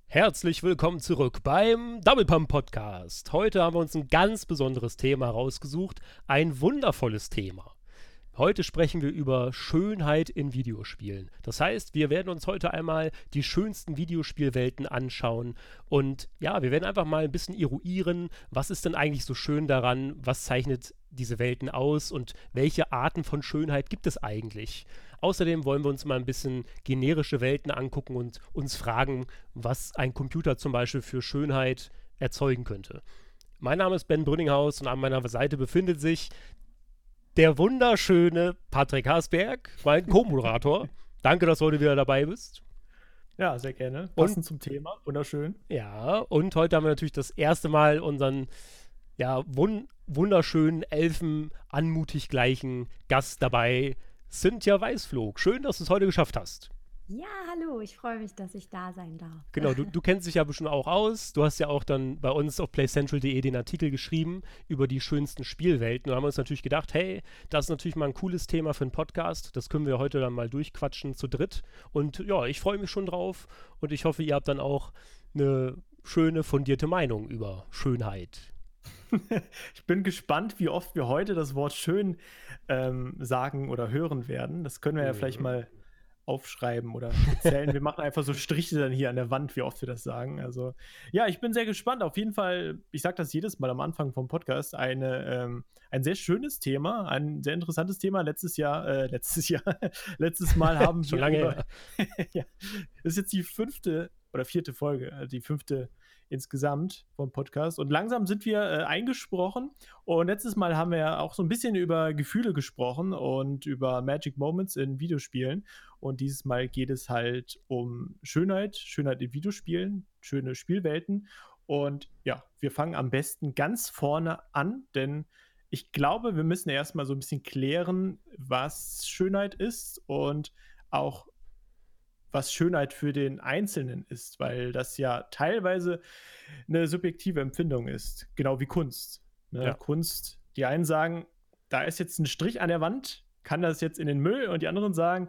Herzlich willkommen zurück beim Double Pump Podcast. Heute haben wir uns ein ganz besonderes Thema rausgesucht, ein wundervolles Thema. Heute sprechen wir über Schönheit in Videospielen. Das heißt, wir werden uns heute einmal die schönsten Videospielwelten anschauen und ja, wir werden einfach mal ein bisschen eruieren, was ist denn eigentlich so schön daran, was zeichnet diese Welten aus und welche Arten von Schönheit gibt es eigentlich? Außerdem wollen wir uns mal ein bisschen generische Welten angucken und uns fragen, was ein Computer zum Beispiel für Schönheit erzeugen könnte. Mein Name ist Ben Brünninghaus und an meiner Seite befindet sich der wunderschöne Patrick Hasberg, mein Co-Moderator. Danke, dass du heute wieder dabei bist. Ja, sehr gerne. Passend zum Thema. Wunderschön. Ja, und heute haben wir natürlich das erste Mal unseren wunderschönen, elfenanmutig gleichen Gast dabei, Cynthia Weißflog. Schön, dass du es heute geschafft hast. Ja, hallo, ich freue mich, dass ich da sein darf. Genau, du kennst dich ja bestimmt auch aus. Du hast ja auch dann bei uns auf playcentral.de den Artikel geschrieben über die schönsten Spielwelten. Und da haben wir uns natürlich gedacht, hey, das ist natürlich mal ein cooles Thema für einen Podcast. Das können wir heute dann mal durchquatschen zu dritt. Und ja, ich freue mich schon drauf. Und ich hoffe, ihr habt dann auch eine schöne, fundierte Meinung über Schönheit. Ich bin gespannt, wie oft wir heute das Wort schön sagen oder hören werden. Das können wir ja vielleicht mal aufschreiben oder erzählen. Wir machen einfach so Striche dann hier an der Wand, wie oft wir das sagen. Also ja, ich bin sehr gespannt. Auf jeden Fall, ich sage das jedes Mal am Anfang vom Podcast, ein sehr schönes Thema, ein sehr interessantes Thema. Letztes Mal haben wir schon lange her. Ja, das ist jetzt die 5. oder 4. Folge, die 5. insgesamt vom Podcast. Und langsam sind wir eingesprochen. Und letztes Mal haben wir ja auch so ein bisschen über Gefühle gesprochen und über Magic Moments in Videospielen. Und dieses Mal geht es halt um Schönheit in Videospielen, schöne Spielwelten. Und ja, wir fangen am besten ganz vorne an, denn ich glaube, wir müssen erstmal so ein bisschen klären, was Schönheit ist und auch was Schönheit für den Einzelnen ist, weil das ja teilweise eine subjektive Empfindung ist, genau wie Kunst. Ne? Ja. Kunst, die einen sagen, da ist jetzt ein Strich an der Wand, kann das jetzt in den Müll, und die anderen sagen,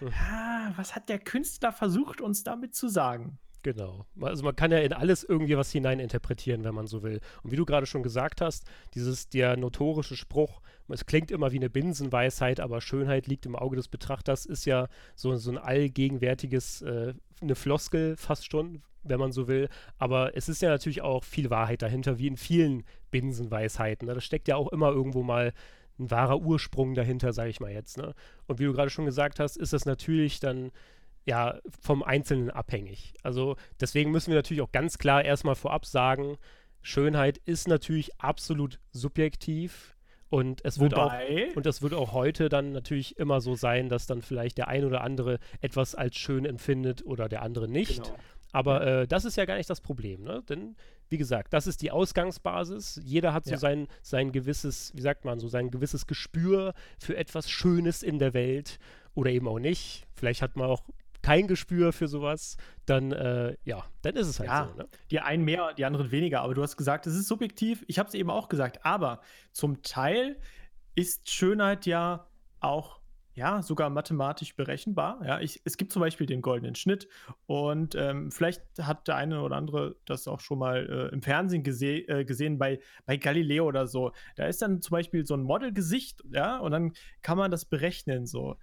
was hat der Künstler versucht, uns damit zu sagen? Genau. Also man kann ja in alles irgendwie was hineininterpretieren, wenn man so will. Und wie du gerade schon gesagt hast, der notorische Spruch, es klingt immer wie eine Binsenweisheit, aber Schönheit liegt im Auge des Betrachters, ist ja so ein allgegenwärtiges, eine Floskel fast schon, wenn man so will. Aber es ist ja natürlich auch viel Wahrheit dahinter, wie in vielen Binsenweisheiten. Ne? Da steckt ja auch immer irgendwo mal ein wahrer Ursprung dahinter, sage ich mal jetzt. Ne? Und wie du gerade schon gesagt hast, ist das natürlich dann ja, vom Einzelnen abhängig. Also deswegen müssen wir natürlich auch ganz klar erstmal vorab sagen, Schönheit ist natürlich absolut subjektiv und es wird auch heute dann natürlich immer so sein, dass dann vielleicht der ein oder andere etwas als schön empfindet oder der andere nicht. Genau. Aber das ist ja gar nicht das Problem, ne? Denn, wie gesagt, das ist die Ausgangsbasis. Jeder hat so sein gewisses, wie sagt man, so sein gewisses Gespür für etwas Schönes in der Welt oder eben auch nicht. Vielleicht hat man auch kein Gespür für sowas, dann ist es halt so. Ne? Die einen mehr, die anderen weniger, aber du hast gesagt, es ist subjektiv. Ich habe es eben auch gesagt, aber zum Teil ist Schönheit ja auch sogar mathematisch berechenbar. Ja, es gibt zum Beispiel den goldenen Schnitt und vielleicht hat der eine oder andere das auch schon mal im Fernsehen gesehen bei Galileo oder so. Da ist dann zum Beispiel so ein Modelgesicht, ja, und dann kann man das berechnen so.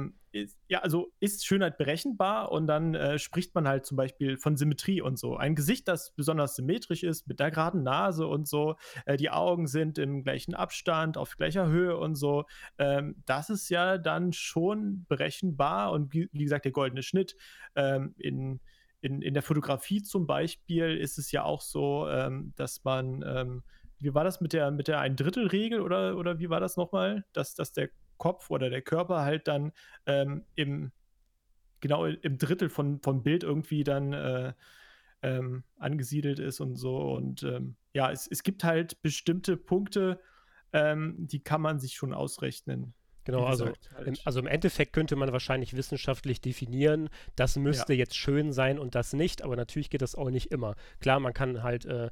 Ist Schönheit berechenbar und dann spricht man halt zum Beispiel von Symmetrie und so. Ein Gesicht, das besonders symmetrisch ist, mit der geraden Nase und so, die Augen sind im gleichen Abstand, auf gleicher Höhe und so, das ist ja dann schon berechenbar und wie gesagt, der goldene Schnitt in der Fotografie zum Beispiel ist es ja auch so, dass man, wie war das mit der Ein-Drittel-Regel oder wie war das nochmal, dass der Kopf oder der Körper halt dann im Drittel von Bild irgendwie dann angesiedelt ist und so. Und es gibt halt bestimmte Punkte, die kann man sich schon ausrechnen. Genau, also im Endeffekt könnte man wahrscheinlich wissenschaftlich definieren, das müsste jetzt schön sein und das nicht, aber natürlich geht das auch nicht immer. Klar, man kann halt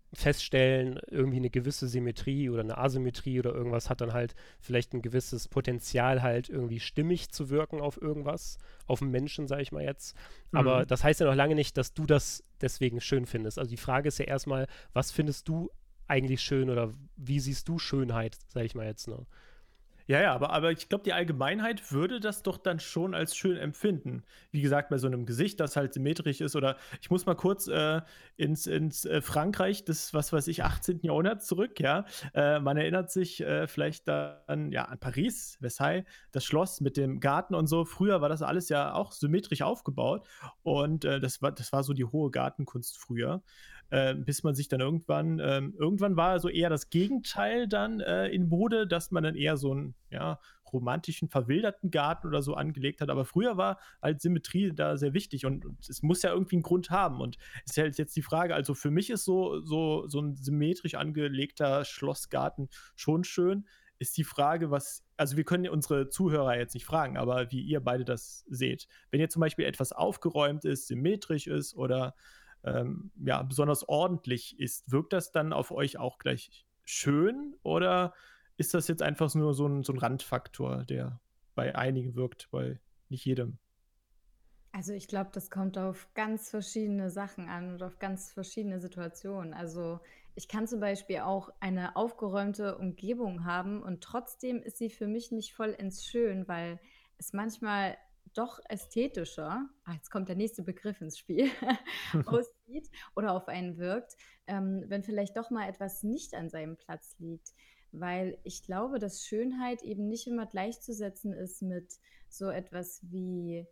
feststellen, irgendwie eine gewisse Symmetrie oder eine Asymmetrie oder irgendwas hat dann halt vielleicht ein gewisses Potenzial halt irgendwie stimmig zu wirken auf irgendwas, auf einen Menschen, sage ich mal jetzt. Aber das heißt ja noch lange nicht, dass du das deswegen schön findest. Also die Frage ist ja erstmal, was findest du eigentlich schön oder wie siehst du Schönheit, sage ich mal jetzt, ne? Ja, aber ich glaube, die Allgemeinheit würde das doch dann schon als schön empfinden. Wie gesagt, bei so einem Gesicht, das halt symmetrisch ist oder ich muss mal kurz, ins Frankreich des, was weiß ich, 18. Jahrhunderts zurück, ja. Man erinnert sich, vielleicht dann, ja, an Paris, Versailles, das Schloss mit dem Garten und so. Früher war das alles ja auch symmetrisch aufgebaut und, das war so die hohe Gartenkunst früher. Bis man sich dann irgendwann war so eher das Gegenteil dann in Mode, dass man dann eher so einen, ja, romantischen, verwilderten Garten oder so angelegt hat. Aber früher war halt Symmetrie da sehr wichtig und es muss ja irgendwie einen Grund haben. Und es ist halt jetzt die Frage, also für mich ist so ein symmetrisch angelegter Schlossgarten schon schön. Ist die Frage, also wir können unsere Zuhörer jetzt nicht fragen, aber wie ihr beide das seht. Wenn jetzt zum Beispiel etwas aufgeräumt ist, symmetrisch ist oder ja, besonders ordentlich ist, wirkt das dann auf euch auch gleich schön oder ist das jetzt einfach nur so ein Randfaktor, der bei einigen wirkt, bei nicht jedem? Also ich glaube, das kommt auf ganz verschiedene Sachen an und auf ganz verschiedene Situationen. Also ich kann zum Beispiel auch eine aufgeräumte Umgebung haben und trotzdem ist sie für mich nicht vollends schön, weil es manchmal doch ästhetischer, jetzt kommt der nächste Begriff ins Spiel, aussieht oder auf einen wirkt, wenn vielleicht doch mal etwas nicht an seinem Platz liegt. Weil ich glaube, dass Schönheit eben nicht immer gleichzusetzen ist mit so etwas wie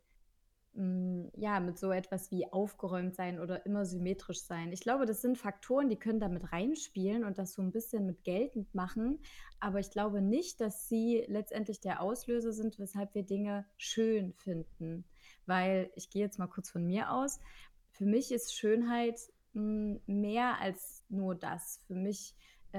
ja, mit so etwas wie aufgeräumt sein oder immer symmetrisch sein. Ich glaube, das sind Faktoren, die können da mit reinspielen und das so ein bisschen mit geltend machen, aber ich glaube nicht, dass sie letztendlich der Auslöser sind, weshalb wir Dinge schön finden. Weil ich gehe jetzt mal kurz von mir aus. Für mich ist Schönheit, mehr als nur das. Für mich,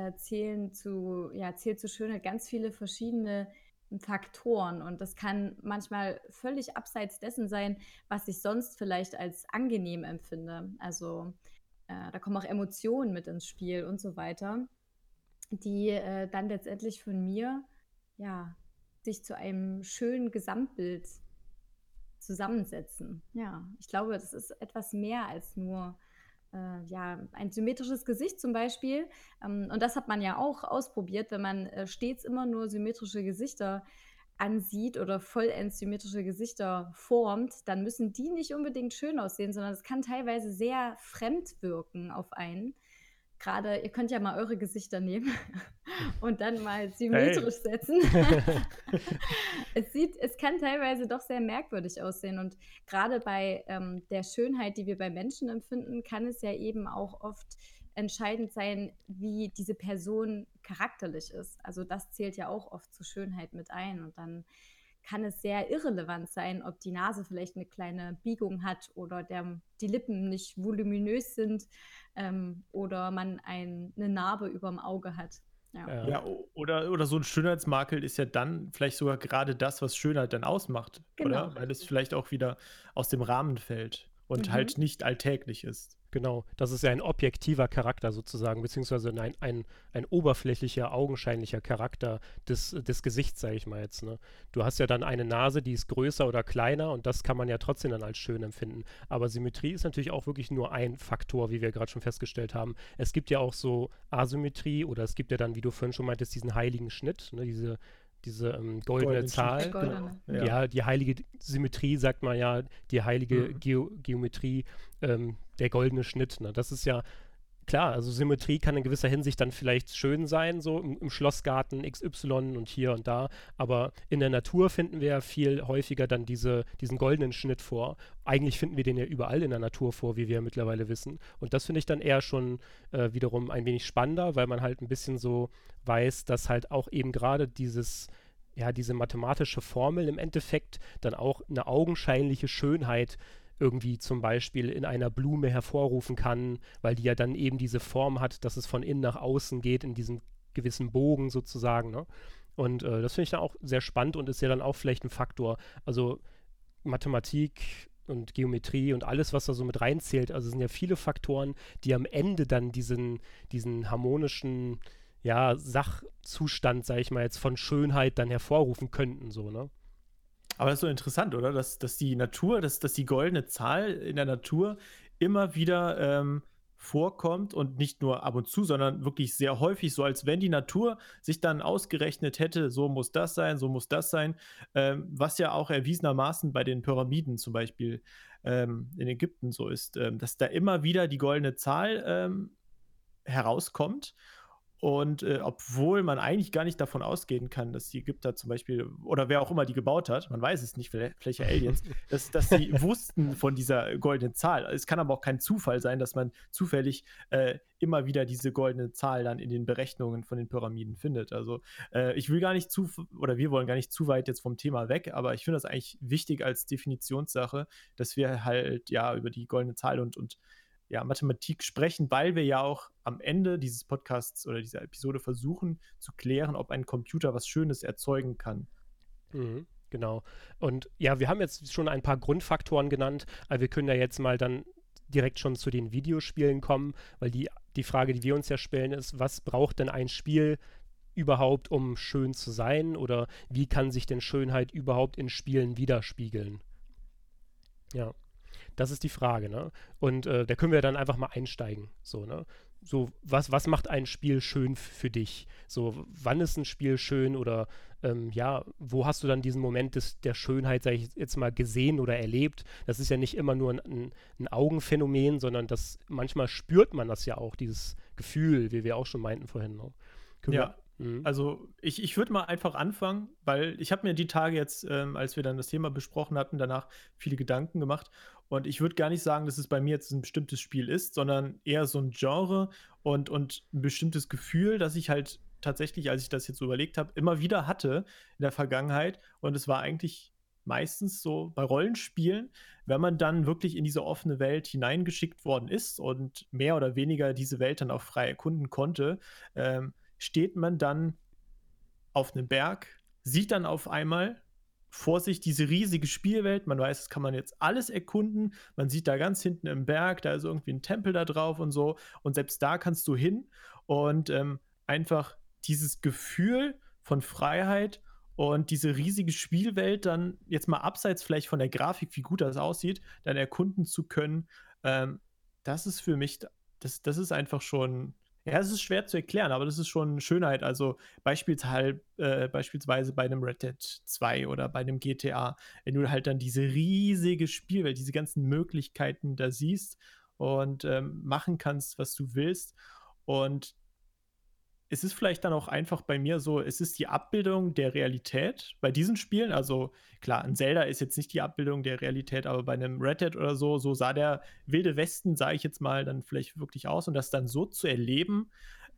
zählt zu Schönheit ganz viele verschiedene Faktoren und das kann manchmal völlig abseits dessen sein, was ich sonst vielleicht als angenehm empfinde. Also da kommen auch Emotionen mit ins Spiel und so weiter, die dann letztendlich von mir ja sich zu einem schönen Gesamtbild zusammensetzen. Ja, ich glaube, das ist etwas mehr als nur ja, ein symmetrisches Gesicht zum Beispiel. Und das hat man ja auch ausprobiert, wenn man stets immer nur symmetrische Gesichter ansieht oder vollends symmetrische Gesichter formt, dann müssen die nicht unbedingt schön aussehen, sondern es kann teilweise sehr fremd wirken auf einen. Gerade, ihr könnt ja mal eure Gesichter nehmen und dann mal symmetrisch setzen. Es kann teilweise doch sehr merkwürdig aussehen. Und gerade bei der Schönheit, die wir bei Menschen empfinden, kann es ja eben auch oft entscheidend sein, wie diese Person charakterlich ist. Also das zählt ja auch oft zur Schönheit mit ein. Und dann kann es sehr irrelevant sein, ob die Nase vielleicht eine kleine Biegung hat oder die Lippen nicht voluminös sind oder man eine Narbe über dem Auge hat. Ja. Ja, oder so ein Schönheitsmakel ist ja dann vielleicht sogar gerade das, was Schönheit dann ausmacht, Genau. oder? Weil es vielleicht auch wieder aus dem Rahmen fällt und halt nicht alltäglich ist. Genau, das ist ja ein objektiver Charakter sozusagen, beziehungsweise ein oberflächlicher, augenscheinlicher Charakter des Gesichts, sage ich mal jetzt. Ne? Du hast ja dann eine Nase, die ist größer oder kleiner und das kann man ja trotzdem dann als schön empfinden. Aber Symmetrie ist natürlich auch wirklich nur ein Faktor, wie wir gerade schon festgestellt haben. Es gibt ja auch so Asymmetrie oder es gibt ja dann, wie du vorhin schon meintest, diesen heiligen Schnitt, ne? Diese goldene Zahl. Goldene. Genau. Ja, die heilige Symmetrie, sagt man ja, die heilige Geometrie, der goldene Schnitt. Ne? Das ist ja klar, also Symmetrie kann in gewisser Hinsicht dann vielleicht schön sein, so im Schlossgarten XY und hier und da, aber in der Natur finden wir ja viel häufiger dann diesen goldenen Schnitt vor. Eigentlich finden wir den ja überall in der Natur vor, wie wir mittlerweile wissen. Und das finde ich dann eher schon wiederum ein wenig spannender, weil man halt ein bisschen so weiß, dass halt auch eben gerade diese mathematische Formel im Endeffekt dann auch eine augenscheinliche Schönheit irgendwie zum Beispiel in einer Blume hervorrufen kann, weil die ja dann eben diese Form hat, dass es von innen nach außen geht, in diesem gewissen Bogen sozusagen. Ne? Und das finde ich dann auch sehr spannend und ist ja dann auch vielleicht ein Faktor. Also Mathematik und Geometrie und alles, was da so mit reinzählt. Also es sind ja viele Faktoren, die am Ende dann diesen harmonischen, ja, Sachzustand, sag ich mal jetzt, von Schönheit dann hervorrufen könnten, so, ne? Aber das ist so interessant, oder? Dass die Natur, dass die goldene Zahl in der Natur immer wieder vorkommt und nicht nur ab und zu, sondern wirklich sehr häufig, so als wenn die Natur sich dann ausgerechnet hätte, so muss das sein, so muss das sein, was ja auch erwiesenermaßen bei den Pyramiden zum Beispiel in Ägypten so ist, dass da immer wieder die goldene Zahl herauskommt. Und obwohl man eigentlich gar nicht davon ausgehen kann, dass die Ägypter zum Beispiel, oder wer auch immer die gebaut hat, man weiß es nicht, vielleicht ja Aliens, dass sie wussten von dieser goldenen Zahl. Es kann aber auch kein Zufall sein, dass man zufällig immer wieder diese goldene Zahl dann in den Berechnungen von den Pyramiden findet. Also ich will gar nicht oder wir wollen gar nicht zu weit jetzt vom Thema weg, aber ich finde das eigentlich wichtig als Definitionssache, dass wir halt ja über die goldene Zahl und ja, Mathematik sprechen, weil wir ja auch am Ende dieses Podcasts oder dieser Episode versuchen zu klären, ob ein Computer was Schönes erzeugen kann. Mhm, genau. Und ja, wir haben jetzt schon ein paar Grundfaktoren genannt, aber wir können ja jetzt mal dann direkt schon zu den Videospielen kommen, weil die Frage, die wir uns ja stellen, ist, was braucht denn ein Spiel überhaupt, um schön zu sein? Oder wie kann sich denn Schönheit überhaupt in Spielen widerspiegeln? Ja. Das ist die Frage, ne? Und da können wir dann einfach mal einsteigen, so, ne? So, was macht ein Spiel schön für dich? So, wann ist ein Spiel schön oder ja, wo hast du dann diesen Moment der Schönheit, sag ich jetzt mal, gesehen oder erlebt? Das ist ja nicht immer nur ein Augenphänomen, sondern manchmal spürt man das ja auch, dieses Gefühl, wie wir auch schon meinten vorhin, ne? Ja. Also ich würde mal einfach anfangen, weil ich habe mir die Tage jetzt, als wir dann das Thema besprochen hatten, danach viele Gedanken gemacht. Und ich würde gar nicht sagen, dass es bei mir jetzt ein bestimmtes Spiel ist, sondern eher so ein Genre und ein bestimmtes Gefühl, das ich halt tatsächlich, als ich das jetzt so überlegt habe, immer wieder hatte in der Vergangenheit. Und es war eigentlich meistens so bei Rollenspielen, wenn man dann wirklich in diese offene Welt hineingeschickt worden ist und mehr oder weniger diese Welt dann auch frei erkunden konnte, steht man dann auf einem Berg, sieht dann auf einmal vor sich diese riesige Spielwelt. Man weiß, das kann man jetzt alles erkunden. Man sieht da ganz hinten im Berg, da ist irgendwie ein Tempel da drauf und so. Und selbst da kannst du hin und einfach dieses Gefühl von Freiheit und diese riesige Spielwelt dann jetzt mal abseits vielleicht von der Grafik, wie gut das aussieht, dann erkunden zu können, das ist für mich, das ist einfach schon, ja, es ist schwer zu erklären, aber das ist schon Schönheit. Also beispielsweise bei einem Red Dead 2 oder bei einem GTA, wenn du halt dann diese riesige Spielwelt, diese ganzen Möglichkeiten da siehst und machen kannst, was du willst. Und es ist vielleicht dann auch einfach bei mir so, es ist die Abbildung der Realität bei diesen Spielen. Also klar, ein Zelda ist jetzt nicht die Abbildung der Realität, aber bei einem Red Dead oder so, so sah der Wilde Westen, sage ich jetzt mal, dann vielleicht wirklich aus. Und das dann so zu erleben,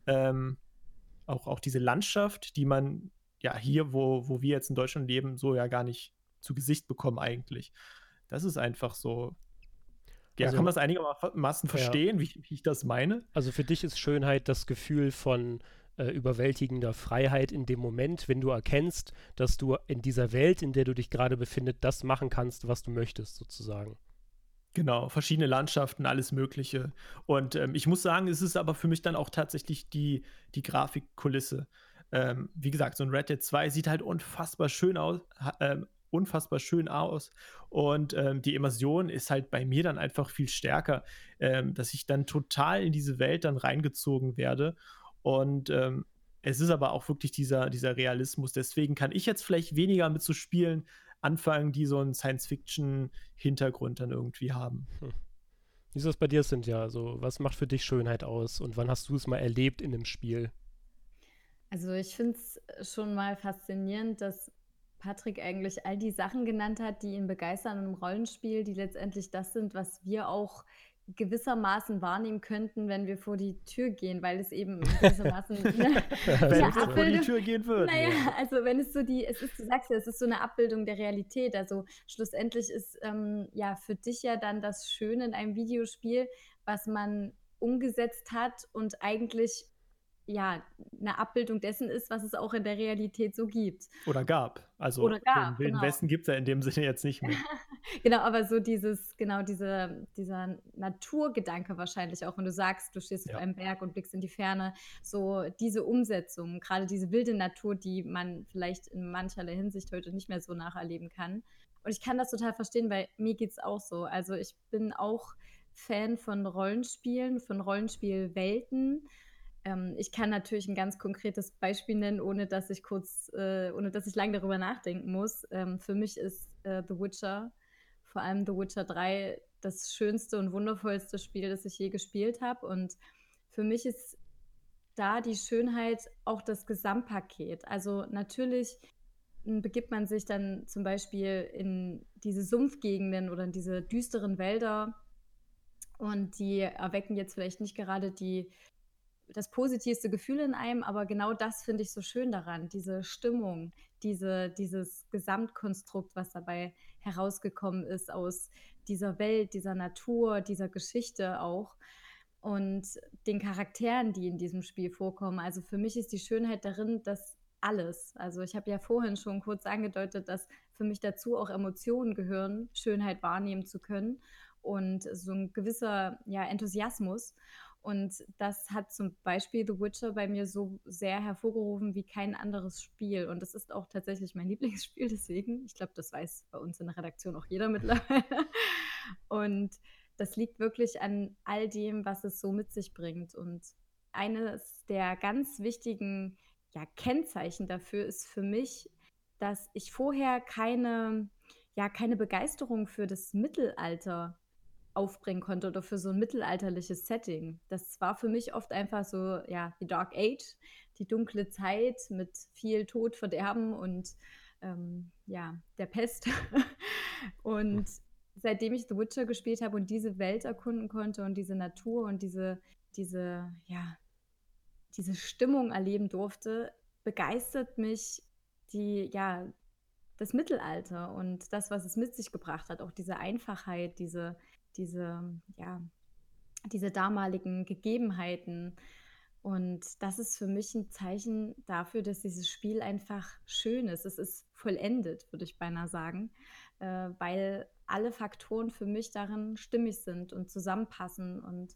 auch diese Landschaft, die man ja hier, wo wir jetzt in Deutschland leben, so ja gar nicht zu Gesicht bekommen eigentlich. Das ist einfach so. Ja, Also, kann man das einigermaßen verstehen, wie ich das meine? Also für dich ist Schönheit das Gefühl von überwältigender Freiheit in dem Moment, wenn du erkennst, dass du in dieser Welt, in der du dich gerade befindest, das machen kannst, was du möchtest, sozusagen. Genau, verschiedene Landschaften, alles Mögliche. Und ich muss sagen, es ist aber für mich dann auch tatsächlich die Grafikkulisse. Wie gesagt, so ein Red Dead 2 sieht halt unfassbar schön aus. Unfassbar schön aus. Und die Immersion ist halt bei mir dann einfach viel stärker, dass ich dann total in diese Welt dann reingezogen werde. Und es ist aber auch wirklich dieser Realismus. Deswegen kann ich jetzt vielleicht weniger mit so Spielen anfangen, die so einen Science-Fiction-Hintergrund dann irgendwie haben. Wie ist das bei dir, Cynthia? Also, was macht für dich Schönheit aus und wann hast du es mal erlebt in dem Spiel? Also ich finde es schon mal faszinierend, dass Patrick eigentlich all die Sachen genannt hat, die ihn begeistern im Rollenspiel, die letztendlich das sind, was wir auch gewissermaßen wahrnehmen könnten, wenn wir vor die Tür gehen, weil es eben gewissermaßen Wenn wir vor die Abbildung. Tür gehen würden. Naja, Ja. also wenn es so es ist, du sagst ja, es ist so eine Abbildung der Realität. Also schlussendlich ist ja für dich ja dann das Schöne in einem Videospiel, was man umgesetzt hat und eigentlich ja eine Abbildung dessen ist, was es auch in der Realität so gibt. Oder gab. Also Oder den gab, Wilden genau. Westen gibt es ja in dem Sinne jetzt nicht mehr. Genau, aber so dieser Naturgedanke wahrscheinlich auch, wenn du sagst, du stehst auf Ja. einem Berg und blickst in die Ferne, so diese Umsetzung, gerade diese wilde Natur, die man vielleicht in mancherlei Hinsicht heute nicht mehr so nacherleben kann. Und ich kann das total verstehen, weil mir geht's auch so. Also, ich bin auch Fan von Rollenspielen, von Rollenspielwelten. Ich kann natürlich ein ganz konkretes Beispiel nennen, ohne dass ich lang darüber nachdenken muss. Für mich ist, The Witcher, vor allem The Witcher 3, das schönste und wundervollste Spiel, das ich je gespielt habe. Und für mich ist da die Schönheit auch das Gesamtpaket. Also, natürlich, begibt man sich dann zum Beispiel in diese Sumpfgegenden oder in diese düsteren Wälder und die erwecken jetzt vielleicht nicht gerade das positivste Gefühl in einem, aber genau das finde ich so schön daran, diese Stimmung, dieses Gesamtkonstrukt, was dabei herausgekommen ist aus dieser Welt, dieser Natur, dieser Geschichte auch und den Charakteren, die in diesem Spiel vorkommen. Also für mich ist die Schönheit darin, dass alles, also ich habe ja vorhin schon kurz angedeutet, dass für mich dazu auch Emotionen gehören, Schönheit wahrnehmen zu können und so ein gewisser, ja, Enthusiasmus. Und das hat zum Beispiel The Witcher bei mir so sehr hervorgerufen wie kein anderes Spiel. Und das ist auch tatsächlich mein Lieblingsspiel, deswegen. Ich glaube, das weiß bei uns in der Redaktion auch jeder mittlerweile. Und das liegt wirklich an all dem, was es so mit sich bringt. Und eines der ganz wichtigen, ja, Kennzeichen dafür ist für mich, dass ich vorher keine Begeisterung für das Mittelalter aufbringen konnte oder für so ein mittelalterliches Setting. Das war für mich oft einfach so, ja, die Dark Age, die dunkle Zeit mit viel Tod, Verderben und, ja, der Pest. Und seitdem ich The Witcher gespielt habe und diese Welt erkunden konnte und diese Natur und ja, diese Stimmung erleben durfte, begeistert mich die ja, das Mittelalter und das, was es mit sich gebracht hat, auch diese Einfachheit, ja, diese damaligen Gegebenheiten. Und das ist für mich ein Zeichen dafür, dass dieses Spiel einfach schön ist. Es ist vollendet, würde ich beinahe sagen, weil alle Faktoren für mich darin stimmig sind und zusammenpassen und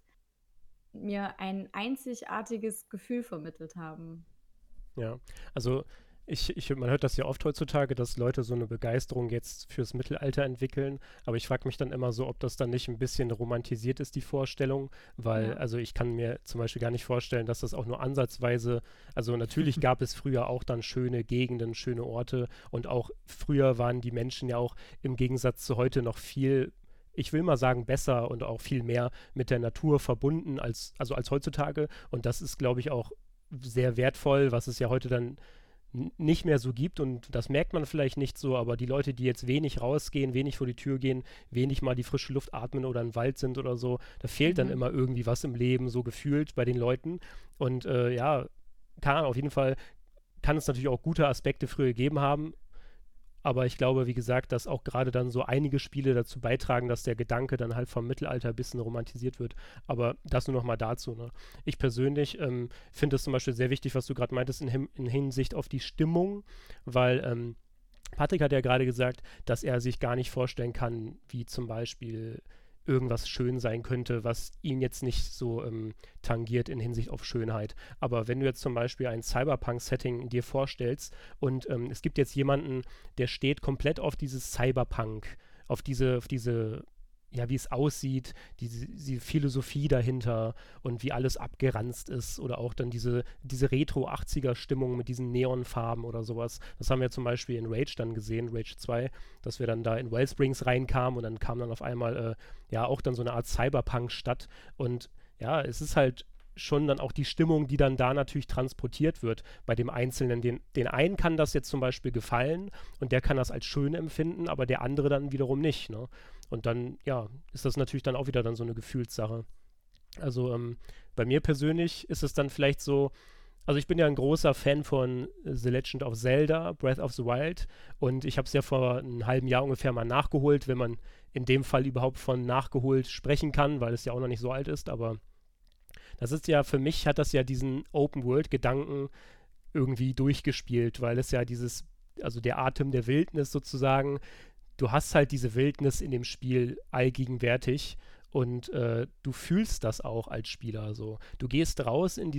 mir ein einzigartiges Gefühl vermittelt haben. Ja, also man hört das ja oft heutzutage, dass Leute so eine Begeisterung jetzt fürs Mittelalter entwickeln, aber ich frage mich dann immer so, ob das dann nicht ein bisschen romantisiert ist, die Vorstellung, weil, Ja. also ich kann mir zum Beispiel gar nicht vorstellen, dass das auch nur ansatzweise, also natürlich gab es früher auch dann schöne Gegenden, schöne Orte und auch früher waren die Menschen ja auch im Gegensatz zu heute noch viel, ich will mal sagen, besser und auch viel mehr mit der Natur verbunden als heutzutage und das ist, glaube ich, auch sehr wertvoll, was es ja heute dann nicht mehr so gibt und das merkt man vielleicht nicht so, aber die Leute, die jetzt wenig rausgehen, wenig vor die Tür gehen, wenig mal die frische Luft atmen oder im Wald sind oder so, da fehlt dann Mhm. immer irgendwie was im Leben, so gefühlt bei den Leuten und ja, auf jeden Fall kann es natürlich auch gute Aspekte früher gegeben haben, aber ich glaube, wie gesagt, dass auch gerade dann so einige Spiele dazu beitragen, dass der Gedanke dann halt vom Mittelalter ein bisschen romantisiert wird. Aber das nur noch mal dazu. Ne? Ich persönlich finde es zum Beispiel sehr wichtig, was du gerade meintest in Hinsicht auf die Stimmung, weil Patrick hat ja gerade gesagt, dass er sich gar nicht vorstellen kann, wie zum Beispiel irgendwas schön sein könnte, was ihn jetzt nicht so tangiert in Hinsicht auf Schönheit. Aber wenn du jetzt zum Beispiel ein Cyberpunk-Setting dir vorstellst und es gibt jetzt jemanden, der steht komplett auf dieses Cyberpunk, auf diese ja, wie es aussieht, diese Philosophie dahinter und wie alles abgeranzt ist oder auch dann diese Retro-80er-Stimmung mit diesen Neonfarben oder sowas. Das haben wir zum Beispiel in Rage dann gesehen, Rage 2, dass wir dann da in Wellsprings reinkamen und dann kam dann auf einmal ja auch dann so eine Art Cyberpunk-Stadt und ja, es ist halt schon dann auch die Stimmung, die dann da natürlich transportiert wird bei dem Einzelnen. Den einen kann das jetzt zum Beispiel gefallen und der kann das als schön empfinden, aber der andere dann wiederum nicht, ne? Und dann, ja, ist das natürlich dann auch wieder dann so eine Gefühlssache. Also bei mir persönlich ist es dann vielleicht so, also ich bin ja ein großer Fan von The Legend of Zelda, Breath of the Wild und ich habe es ja vor einem halben Jahr ungefähr mal nachgeholt, wenn man in dem Fall überhaupt von nachgeholt sprechen kann, weil es ja auch noch nicht so alt ist, aber das ist ja, für mich hat das ja diesen Open-World-Gedanken irgendwie durchgespielt, weil es ja also der Atem der Wildnis sozusagen, du hast halt diese Wildnis in dem Spiel allgegenwärtig und du fühlst das auch als Spieler so. Du gehst raus in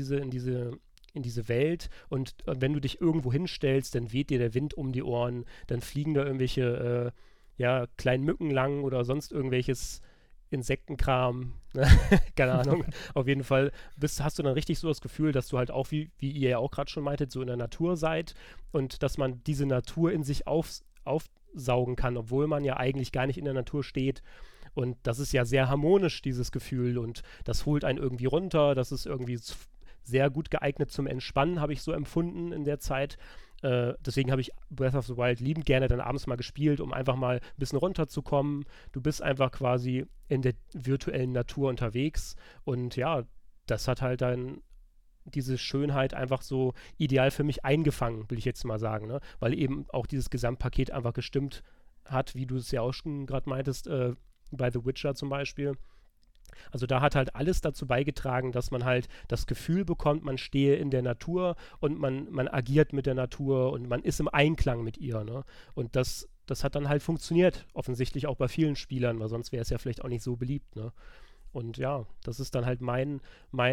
diese Welt und wenn du dich irgendwo hinstellst, dann weht dir der Wind um die Ohren, dann fliegen da irgendwelche kleinen Mücken lang oder sonst irgendwelches Insektenkram, ne? Keine Ahnung. Auf jeden Fall hast du dann richtig so das Gefühl, dass du halt auch, wie ihr ja auch gerade schon meintet, so in der Natur seid und dass man diese Natur in sich aufsaugen kann, obwohl man ja eigentlich gar nicht in der Natur steht. Und das ist ja sehr harmonisch, dieses Gefühl, und das holt einen irgendwie runter. Das ist irgendwie sehr gut geeignet zum Entspannen, habe ich so empfunden in der Zeit. Deswegen habe ich Breath of the Wild liebend gerne dann abends mal gespielt, um einfach mal ein bisschen runterzukommen. Du bist einfach quasi in der virtuellen Natur unterwegs und ja, das hat halt dann diese Schönheit einfach so ideal für mich eingefangen, will ich jetzt mal sagen, ne? Weil eben auch dieses Gesamtpaket einfach gestimmt hat, wie du es ja auch schon gerade meintest, bei The Witcher zum Beispiel. Also da hat halt alles dazu beigetragen, dass man halt das Gefühl bekommt, man stehe in der Natur und man agiert mit der Natur und man ist im Einklang mit ihr, ne? Und das hat dann halt funktioniert, offensichtlich auch bei vielen Spielern, weil sonst wäre es ja vielleicht auch nicht so beliebt, ne? Und ja, das ist dann halt mein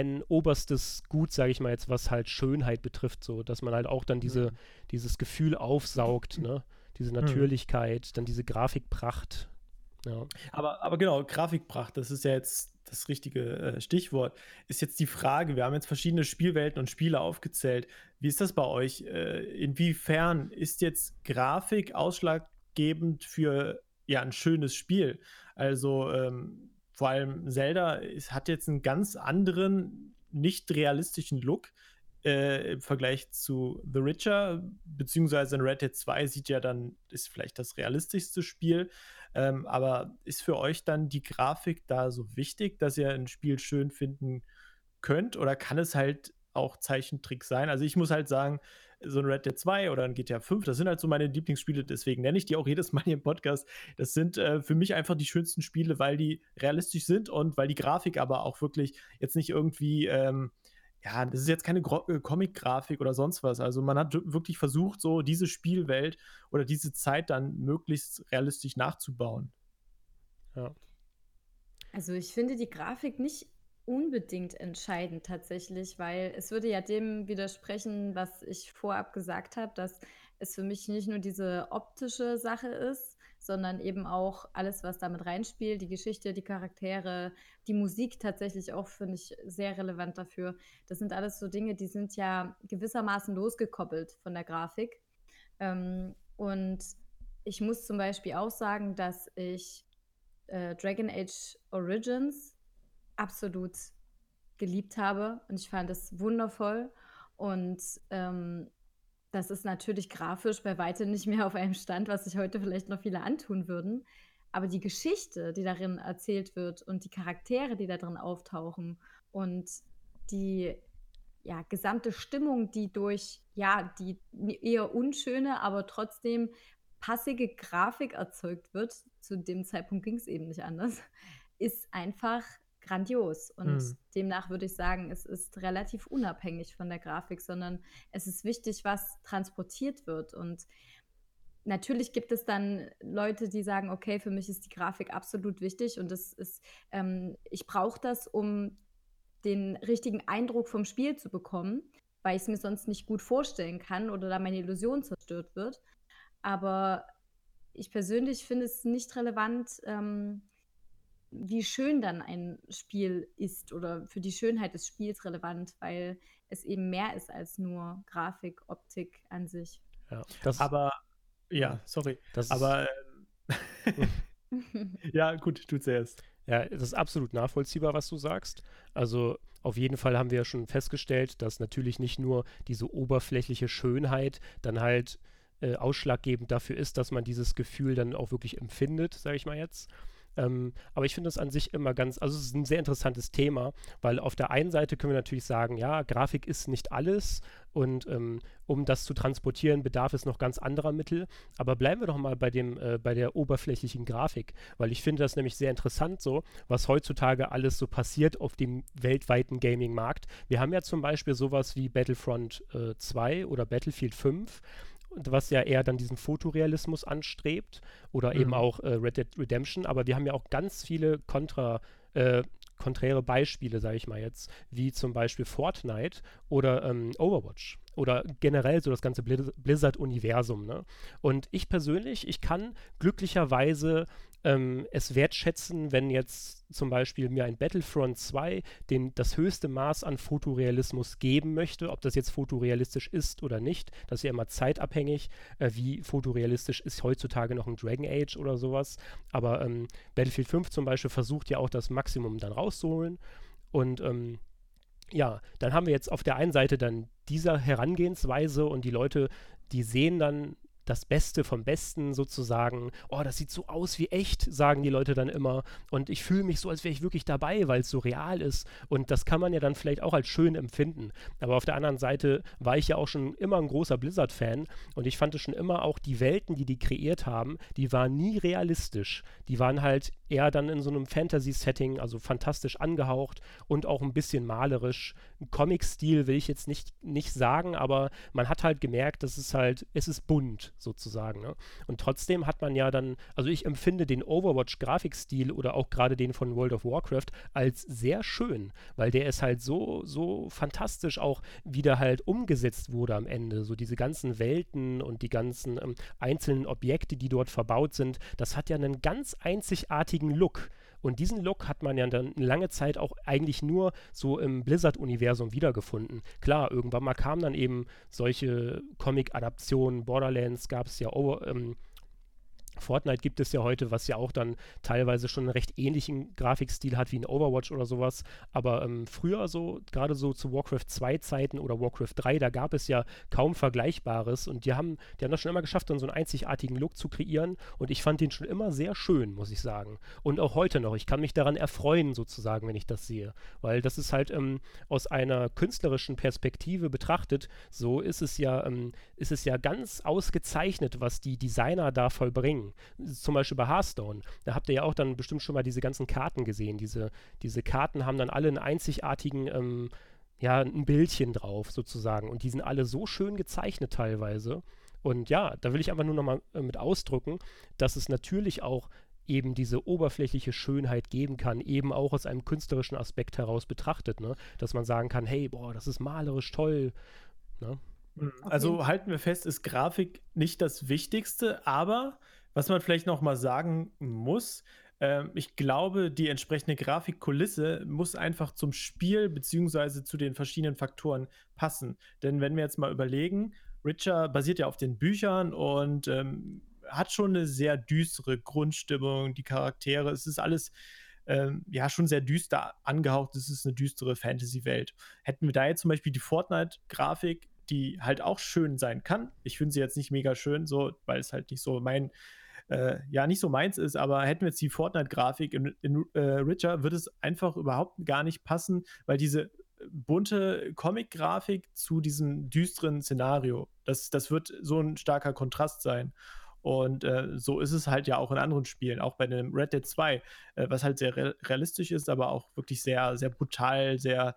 oberstes Gut, sage ich mal jetzt, was halt Schönheit betrifft, so, dass man halt auch dann dieses Gefühl aufsaugt, ne? Diese Natürlichkeit, dann diese Grafikpracht. Ja. Aber genau, Grafikpracht, das ist ja jetzt das richtige Stichwort. Ist jetzt die Frage, wir haben jetzt verschiedene Spielwelten und Spiele aufgezählt. Wie ist das bei euch? Inwiefern ist jetzt Grafik ausschlaggebend für ein schönes Spiel? Also vor allem Zelda hat jetzt einen ganz anderen, nicht realistischen Look im Vergleich zu The Witcher, beziehungsweise in Red Dead 2 ist vielleicht das realistischste Spiel. Aber ist für euch dann die Grafik da so wichtig, dass ihr ein Spiel schön finden könnt? Oder kann es halt auch Zeichentrick sein? Also ich muss halt sagen, so ein Red Dead 2 oder ein GTA 5, das sind halt so meine Lieblingsspiele, deswegen nenne ich die auch jedes Mal hier im Podcast. Das sind für mich einfach die schönsten Spiele, weil die realistisch sind und weil die Grafik aber auch wirklich jetzt nicht irgendwie das ist jetzt keine Comic-Grafik oder sonst was. Also man hat wirklich versucht, so diese Spielwelt oder diese Zeit dann möglichst realistisch nachzubauen. Ja. Also ich finde die Grafik nicht unbedingt entscheidend tatsächlich, weil es würde ja dem widersprechen, was ich vorab gesagt habe, dass es für mich nicht nur diese optische Sache ist, sondern eben auch alles, was damit reinspielt, die Geschichte, die Charaktere, die Musik tatsächlich auch, finde ich, sehr relevant dafür. Das sind alles so Dinge, die sind ja gewissermaßen losgekoppelt von der Grafik. Und ich muss zum Beispiel auch sagen, dass ich Dragon Age Origins absolut geliebt habe und ich fand es wundervoll und das ist natürlich grafisch bei weitem nicht mehr auf einem Stand, was sich heute vielleicht noch viele antun würden, aber die Geschichte, die darin erzählt wird und die Charaktere, die da drin auftauchen und die gesamte Stimmung, die durch die eher unschöne, aber trotzdem passige Grafik erzeugt wird, zu dem Zeitpunkt ging es eben nicht anders, ist einfach grandios. Und demnach würde ich sagen, es ist relativ unabhängig von der Grafik, sondern es ist wichtig, was transportiert wird. Und natürlich gibt es dann Leute, die sagen, okay, für mich ist die Grafik absolut wichtig und ich brauche das, um den richtigen Eindruck vom Spiel zu bekommen, weil ich es mir sonst nicht gut vorstellen kann oder da meine Illusion zerstört wird. Aber ich persönlich finde es nicht relevant, wie schön dann ein Spiel ist oder für die Schönheit des Spiels relevant, weil es eben mehr ist als nur Grafik, Optik an sich. Ja, sorry. Ja, gut, du zuerst. Ja, das ist absolut nachvollziehbar, was du sagst. Also auf jeden Fall haben wir ja schon festgestellt, dass natürlich nicht nur diese oberflächliche Schönheit dann halt ausschlaggebend dafür ist, dass man dieses Gefühl dann auch wirklich empfindet, sage ich mal jetzt. Aber ich finde es an sich immer es ist ein sehr interessantes Thema, weil auf der einen Seite können wir natürlich sagen, ja, Grafik ist nicht alles und um das zu transportieren, bedarf es noch ganz anderer Mittel. Aber bleiben wir doch mal bei der oberflächlichen Grafik, weil ich finde das nämlich sehr interessant so, was heutzutage alles so passiert auf dem weltweiten Gaming-Markt. Wir haben ja zum Beispiel sowas wie Battlefront 2 oder Battlefield 5. was ja eher dann diesen Fotorealismus anstrebt oder eben auch Red Dead Redemption, aber wir haben ja auch ganz viele konträre Beispiele, sage ich mal jetzt, wie zum Beispiel Fortnite oder Overwatch oder generell so das ganze Blizzard-Universum. Ne? Und ich persönlich, ich kann glücklicherweise es wertschätzen, wenn jetzt zum Beispiel mir ein Battlefront 2 das höchste Maß an Fotorealismus geben möchte, ob das jetzt fotorealistisch ist oder nicht. Das ist ja immer zeitabhängig, wie fotorealistisch ist heutzutage noch ein Dragon Age oder sowas. Aber Battlefield 5 zum Beispiel versucht ja auch das Maximum dann rauszuholen. Und ja, dann haben wir jetzt auf der einen Seite dann dieser Herangehensweise und die Leute, die sehen dann das Beste vom Besten sozusagen. Oh, das sieht so aus wie echt, sagen die Leute dann immer. Und ich fühle mich so, als wäre ich wirklich dabei, weil es so real ist. Und das kann man ja dann vielleicht auch als schön empfinden. Aber auf der anderen Seite war ich ja auch schon immer ein großer Blizzard-Fan und ich fand es schon immer auch die Welten, die kreiert haben, die waren nie realistisch. Die waren halt eher dann in so einem Fantasy-Setting, also fantastisch angehaucht und auch ein bisschen malerisch. Ein Comic-Stil will ich jetzt nicht sagen, aber man hat halt gemerkt, dass es ist bunt sozusagen. Ne? Und trotzdem hat man ja dann, also ich empfinde den Overwatch-Grafikstil oder auch gerade den von World of Warcraft als sehr schön, weil der ist halt so fantastisch auch wieder halt umgesetzt wurde am Ende. So diese ganzen Welten und die ganzen einzelnen Objekte, die dort verbaut sind, das hat ja einen ganz einzigartigen Look. Und diesen Look hat man ja dann lange Zeit auch eigentlich nur so im Blizzard-Universum wiedergefunden. Klar, irgendwann mal kamen dann eben solche Comic-Adaptionen, Borderlands gab es ja, Fortnite gibt es ja heute, was ja auch dann teilweise schon einen recht ähnlichen Grafikstil hat wie ein Overwatch oder sowas. Aber früher so, gerade so zu Warcraft 2 Zeiten oder Warcraft 3, da gab es ja kaum Vergleichbares und die haben das schon immer geschafft, dann so einen einzigartigen Look zu kreieren und ich fand den schon immer sehr schön, muss ich sagen. Und auch heute noch. Ich kann mich daran erfreuen, sozusagen, wenn ich das sehe. Weil das ist halt aus einer künstlerischen Perspektive betrachtet, so ist es ja ganz ausgezeichnet, was die Designer da vollbringen. Zum Beispiel bei Hearthstone. Da habt ihr ja auch dann bestimmt schon mal diese ganzen Karten gesehen. Diese Karten haben dann alle einen einzigartigen, ja, ein Bildchen drauf sozusagen. Und die sind alle so schön gezeichnet teilweise. Und ja, da will ich einfach nur nochmal mit ausdrücken, dass es natürlich auch eben diese oberflächliche Schönheit geben kann, eben auch aus einem künstlerischen Aspekt heraus betrachtet, ne? Dass man sagen kann, hey, boah, das ist malerisch toll, ne? Also halten wir fest, ist Grafik nicht das Wichtigste, aber was man vielleicht noch mal sagen muss, ich glaube, die entsprechende Grafikkulisse muss einfach zum Spiel beziehungsweise zu den verschiedenen Faktoren passen. Denn wenn wir jetzt mal überlegen, Witcher basiert ja auf den Büchern und hat schon eine sehr düstere Grundstimmung, die Charaktere, es ist alles ja schon sehr düster angehaucht, es ist eine düstere Fantasy-Welt. Hätten wir da jetzt zum Beispiel die Fortnite-Grafik, die halt auch schön sein kann. Ich finde sie jetzt nicht mega schön, so, weil es halt nicht so nicht so meins ist, aber hätten wir jetzt die Fortnite-Grafik in Witcher, würde es einfach überhaupt gar nicht passen, weil diese bunte Comic-Grafik zu diesem düsteren Szenario, das wird so ein starker Kontrast sein. Und so ist es halt ja auch in anderen Spielen, auch bei einem Red Dead 2, was halt sehr realistisch ist, aber auch wirklich sehr, sehr brutal,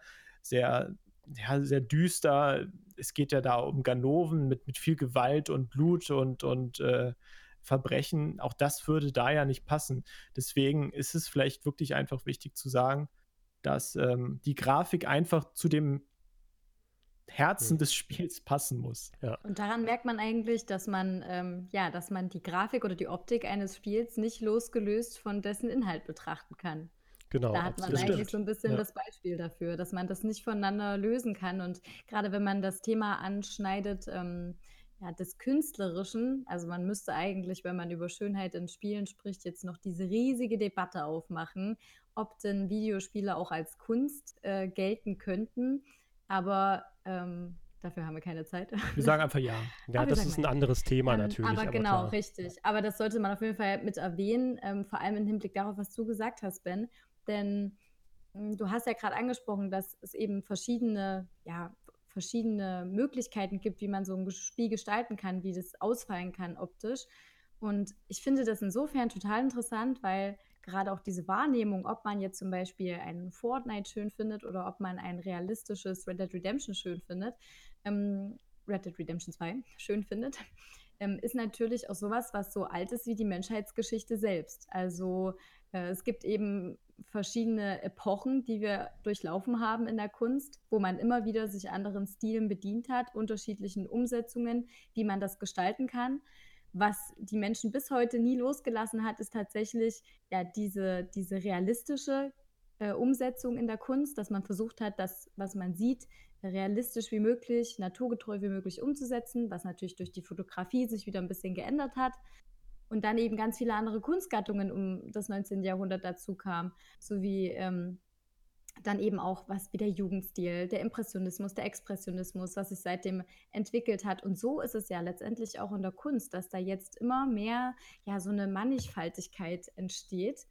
sehr, ja, sehr düster. Es geht ja da um Ganoven mit viel Gewalt und Blut und Verbrechen. Auch das würde da ja nicht passen. Deswegen ist es vielleicht wirklich einfach wichtig zu sagen, dass die Grafik einfach zu dem Herzen des Spiels passen muss. Ja, Und daran merkt man eigentlich, dass man die Grafik oder die Optik eines Spiels nicht losgelöst von dessen Inhalt betrachten kann. genau, Da hat man absolut. eigentlich so ein bisschen Ja. das Beispiel dafür, dass man das nicht voneinander lösen kann. Und gerade wenn man das Thema anschneidet, ja, des Künstlerischen, also man müsste eigentlich, wenn man über Schönheit in Spielen spricht, jetzt noch diese riesige Debatte aufmachen, ob denn Videospiele auch als Kunst gelten könnten. Aber dafür haben wir keine Zeit. Wir sagen einfach ja. Ja, Aber wir das sagen ist mal ein ja. anderes Thema natürlich, Aber aber genau, klar. richtig. Aber das sollte man auf jeden Fall mit erwähnen, vor allem im Hinblick darauf, was du gesagt hast, Ben. Denn du hast ja gerade angesprochen, dass es eben verschiedene Möglichkeiten gibt, wie man so ein Spiel gestalten kann, wie das ausfallen kann optisch. Und ich finde das insofern total interessant, weil gerade auch diese Wahrnehmung, ob man jetzt zum Beispiel einen Fortnite schön findet oder ob man ein realistisches Red Dead Redemption schön findet, ähm, Red Dead Redemption 2 schön findet, ist natürlich auch sowas, was so alt ist wie die Menschheitsgeschichte selbst. Also es gibt eben verschiedene Epochen, die wir durchlaufen haben in der Kunst, wo man immer wieder sich anderen Stilen bedient hat, unterschiedlichen Umsetzungen, wie man das gestalten kann. Was die Menschen bis heute nie losgelassen hat, ist tatsächlich ja diese realistische Umsetzung in der Kunst, dass man versucht hat, das, was man sieht, realistisch wie möglich, naturgetreu wie möglich umzusetzen, was natürlich durch die Fotografie sich wieder ein bisschen geändert hat. Und dann eben ganz viele andere Kunstgattungen um das 19. Jahrhundert dazu kamen, sowie dann eben auch was wie der Jugendstil, der Impressionismus, der Expressionismus, was sich seitdem entwickelt hat. Und so ist es ja letztendlich auch in der Kunst, dass da jetzt immer mehr ja so eine Mannigfaltigkeit entsteht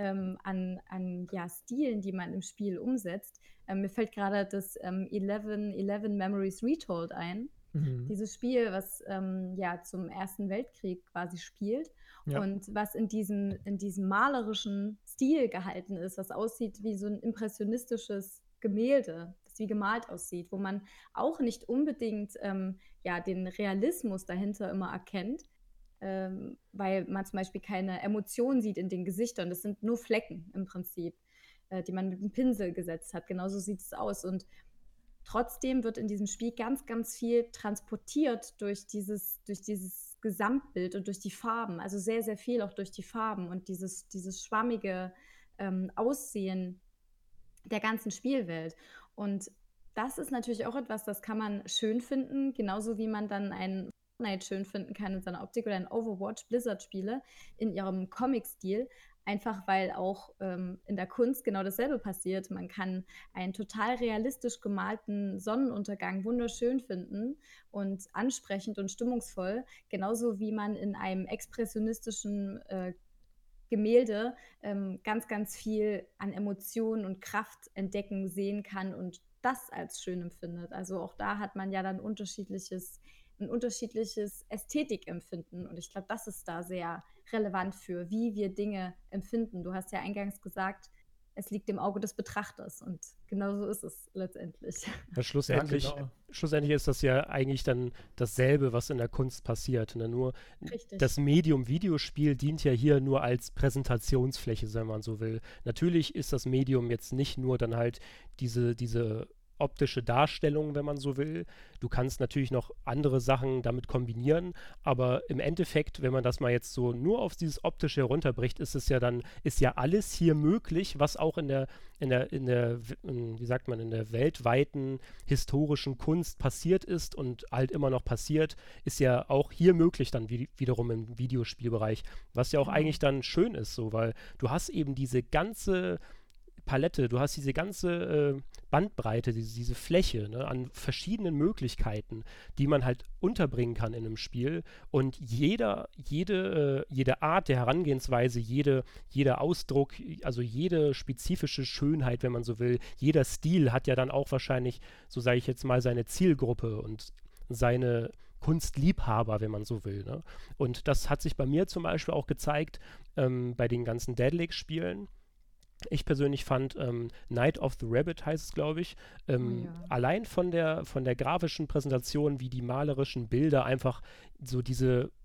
an ja, Stilen, die man im Spiel umsetzt. Mir fällt gerade das 11 Memories Retold ein. Dieses Spiel, was ja zum Ersten Weltkrieg quasi spielt Ja. und was in diesem malerischen Stil gehalten ist, was aussieht wie so ein impressionistisches Gemälde, das wie gemalt aussieht, wo man auch nicht unbedingt ja, den Realismus dahinter immer erkennt, weil man zum Beispiel keine Emotionen sieht in den Gesichtern. Das sind nur Flecken im Prinzip, die man mit einem Pinsel gesetzt hat. Genauso sieht es aus. Und trotzdem wird in diesem Spiel ganz, ganz viel transportiert durch dieses Gesamtbild und durch die Farben. Also sehr, sehr viel auch durch die Farben und dieses schwammige Aussehen der ganzen Spielwelt. Und das ist natürlich auch etwas, das kann man schön finden, genauso wie man dann ein Fortnite schön finden kann in seiner Optik oder ein Overwatch, Blizzard-Spiele in ihrem Comic-Stil. Einfach weil auch in der Kunst genau dasselbe passiert. Man kann einen total realistisch gemalten Sonnenuntergang wunderschön finden und ansprechend und stimmungsvoll, genauso wie man in einem expressionistischen Gemälde ganz, ganz viel an Emotionen und Kraft entdecken, sehen kann und das als schön empfindet. Also auch da hat man ja dann ein unterschiedliches Ästhetikempfinden. Und ich glaube, das ist da sehr relevant für, wie wir Dinge empfinden. Du hast ja eingangs gesagt, es liegt im Auge des Betrachters. Und genau so ist es letztendlich. Ja, schlussendlich, Ja, genau. schlussendlich ist das ja eigentlich dann dasselbe, was in der Kunst passiert. Ne? Nur Richtig. das Medium Videospiel dient ja hier nur als Präsentationsfläche, wenn man so will. Natürlich ist das Medium jetzt nicht nur dann halt diese optische Darstellung, wenn man so will. Du kannst natürlich noch andere Sachen damit kombinieren, aber im Endeffekt, wenn man das mal jetzt so nur auf dieses Optische herunterbricht, ist ja alles hier möglich, was auch in der, wie sagt man, in der weltweiten historischen Kunst passiert ist und halt immer noch passiert, ist ja auch hier möglich dann wiederum im Videospielbereich, was ja auch eigentlich dann schön ist, so, weil du hast eben diese ganze Palette, du hast diese ganze Bandbreite, diese Fläche, ne, an verschiedenen Möglichkeiten, die man halt unterbringen kann in einem Spiel. Und jede Art der Herangehensweise, jeder Ausdruck, also jede spezifische Schönheit, wenn man so will, jeder Stil hat ja dann auch wahrscheinlich, so sage ich jetzt mal, seine Zielgruppe und seine Kunstliebhaber, wenn man so will. Ne? Und das hat sich bei mir zum Beispiel auch gezeigt bei den ganzen Dead Lake-Spielen. Ich persönlich fand Night of the Rabbit heißt es, glaube ich, allein von der grafischen Präsentation, wie die malerischen Bilder einfach so das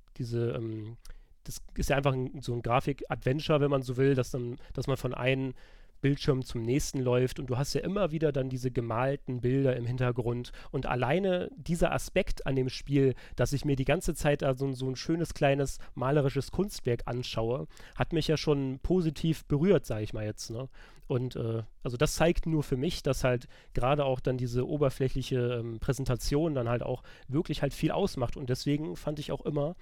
ist ja einfach so ein Grafik-Adventure, wenn man so will, dass man von einem Bildschirm zum nächsten läuft und du hast ja immer wieder dann diese gemalten Bilder im Hintergrund und alleine dieser Aspekt an dem Spiel, dass ich mir die ganze Zeit also so ein schönes kleines malerisches Kunstwerk anschaue, hat mich ja schon positiv berührt, sage ich mal jetzt, ne? Und also das zeigt nur für mich, dass halt gerade auch dann diese oberflächliche Präsentation dann halt auch wirklich halt viel ausmacht und deswegen fand ich auch immer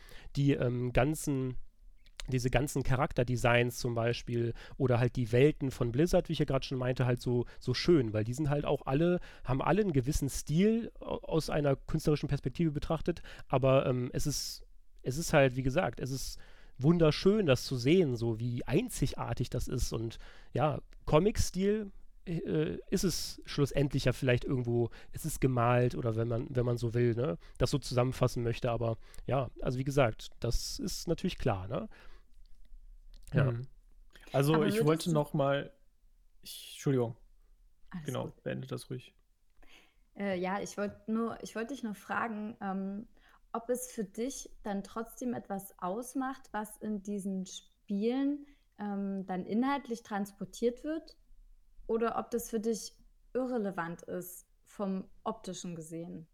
diese ganzen Charakterdesigns zum Beispiel oder halt die Welten von Blizzard, wie ich ja gerade schon meinte, halt so schön, weil die sind halt auch haben alle einen gewissen Stil aus einer künstlerischen Perspektive betrachtet, aber es ist halt, wie gesagt, es ist wunderschön, das zu sehen, so wie einzigartig das ist und ja, Comic-Stil ist es schlussendlich ja vielleicht irgendwo, es ist gemalt oder wenn man so will, ne, das so zusammenfassen möchte, aber ja, also wie gesagt, das ist natürlich klar, ne? Ja. Also Aber ich würdest wollte du- noch mal, Entschuldigung, Alles genau, gut. beende das ruhig. Ja, ich wollte dich nur fragen, ob es für dich dann trotzdem etwas ausmacht, was in diesen Spielen dann inhaltlich transportiert wird, oder ob das für dich irrelevant ist, vom Optischen gesehen.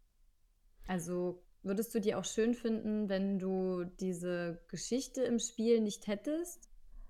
Also würdest du dir auch schön finden, wenn du diese Geschichte im Spiel nicht hättest?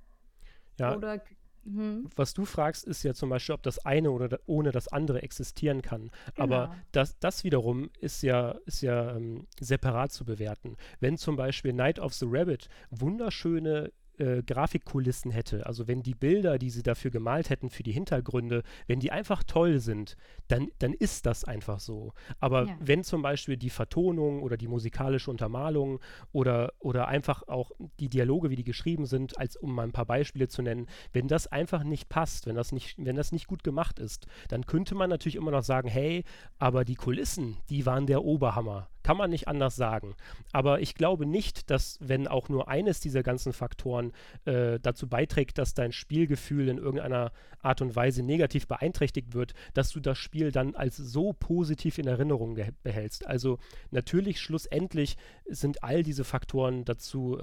Ja, Oder, mhm, was du fragst, ist ja zum Beispiel, ob das eine oder ohne das andere existieren kann. Aber genau. das wiederum ist ja separat zu bewerten. Wenn zum Beispiel Night of the Rabbit wunderschöne Grafikkulissen hätte, also wenn die Bilder, die sie dafür gemalt hätten, für die Hintergründe, wenn die einfach toll sind, dann ist das einfach so. Aber Ja. wenn zum Beispiel die Vertonung oder die musikalische Untermalung oder einfach auch die Dialoge, wie die geschrieben sind, als um mal ein paar Beispiele zu nennen, wenn das einfach nicht passt, wenn das nicht gut gemacht ist, dann könnte man natürlich immer noch sagen, hey, aber die Kulissen, die waren der Oberhammer. Kann man nicht anders sagen. Aber ich glaube nicht, dass, wenn auch nur eines dieser ganzen Faktoren dazu beiträgt, dass dein Spielgefühl in irgendeiner Art und Weise negativ beeinträchtigt wird, dass du das Spiel dann als so positiv in Erinnerung behältst. Also natürlich, schlussendlich sind all diese Faktoren dazu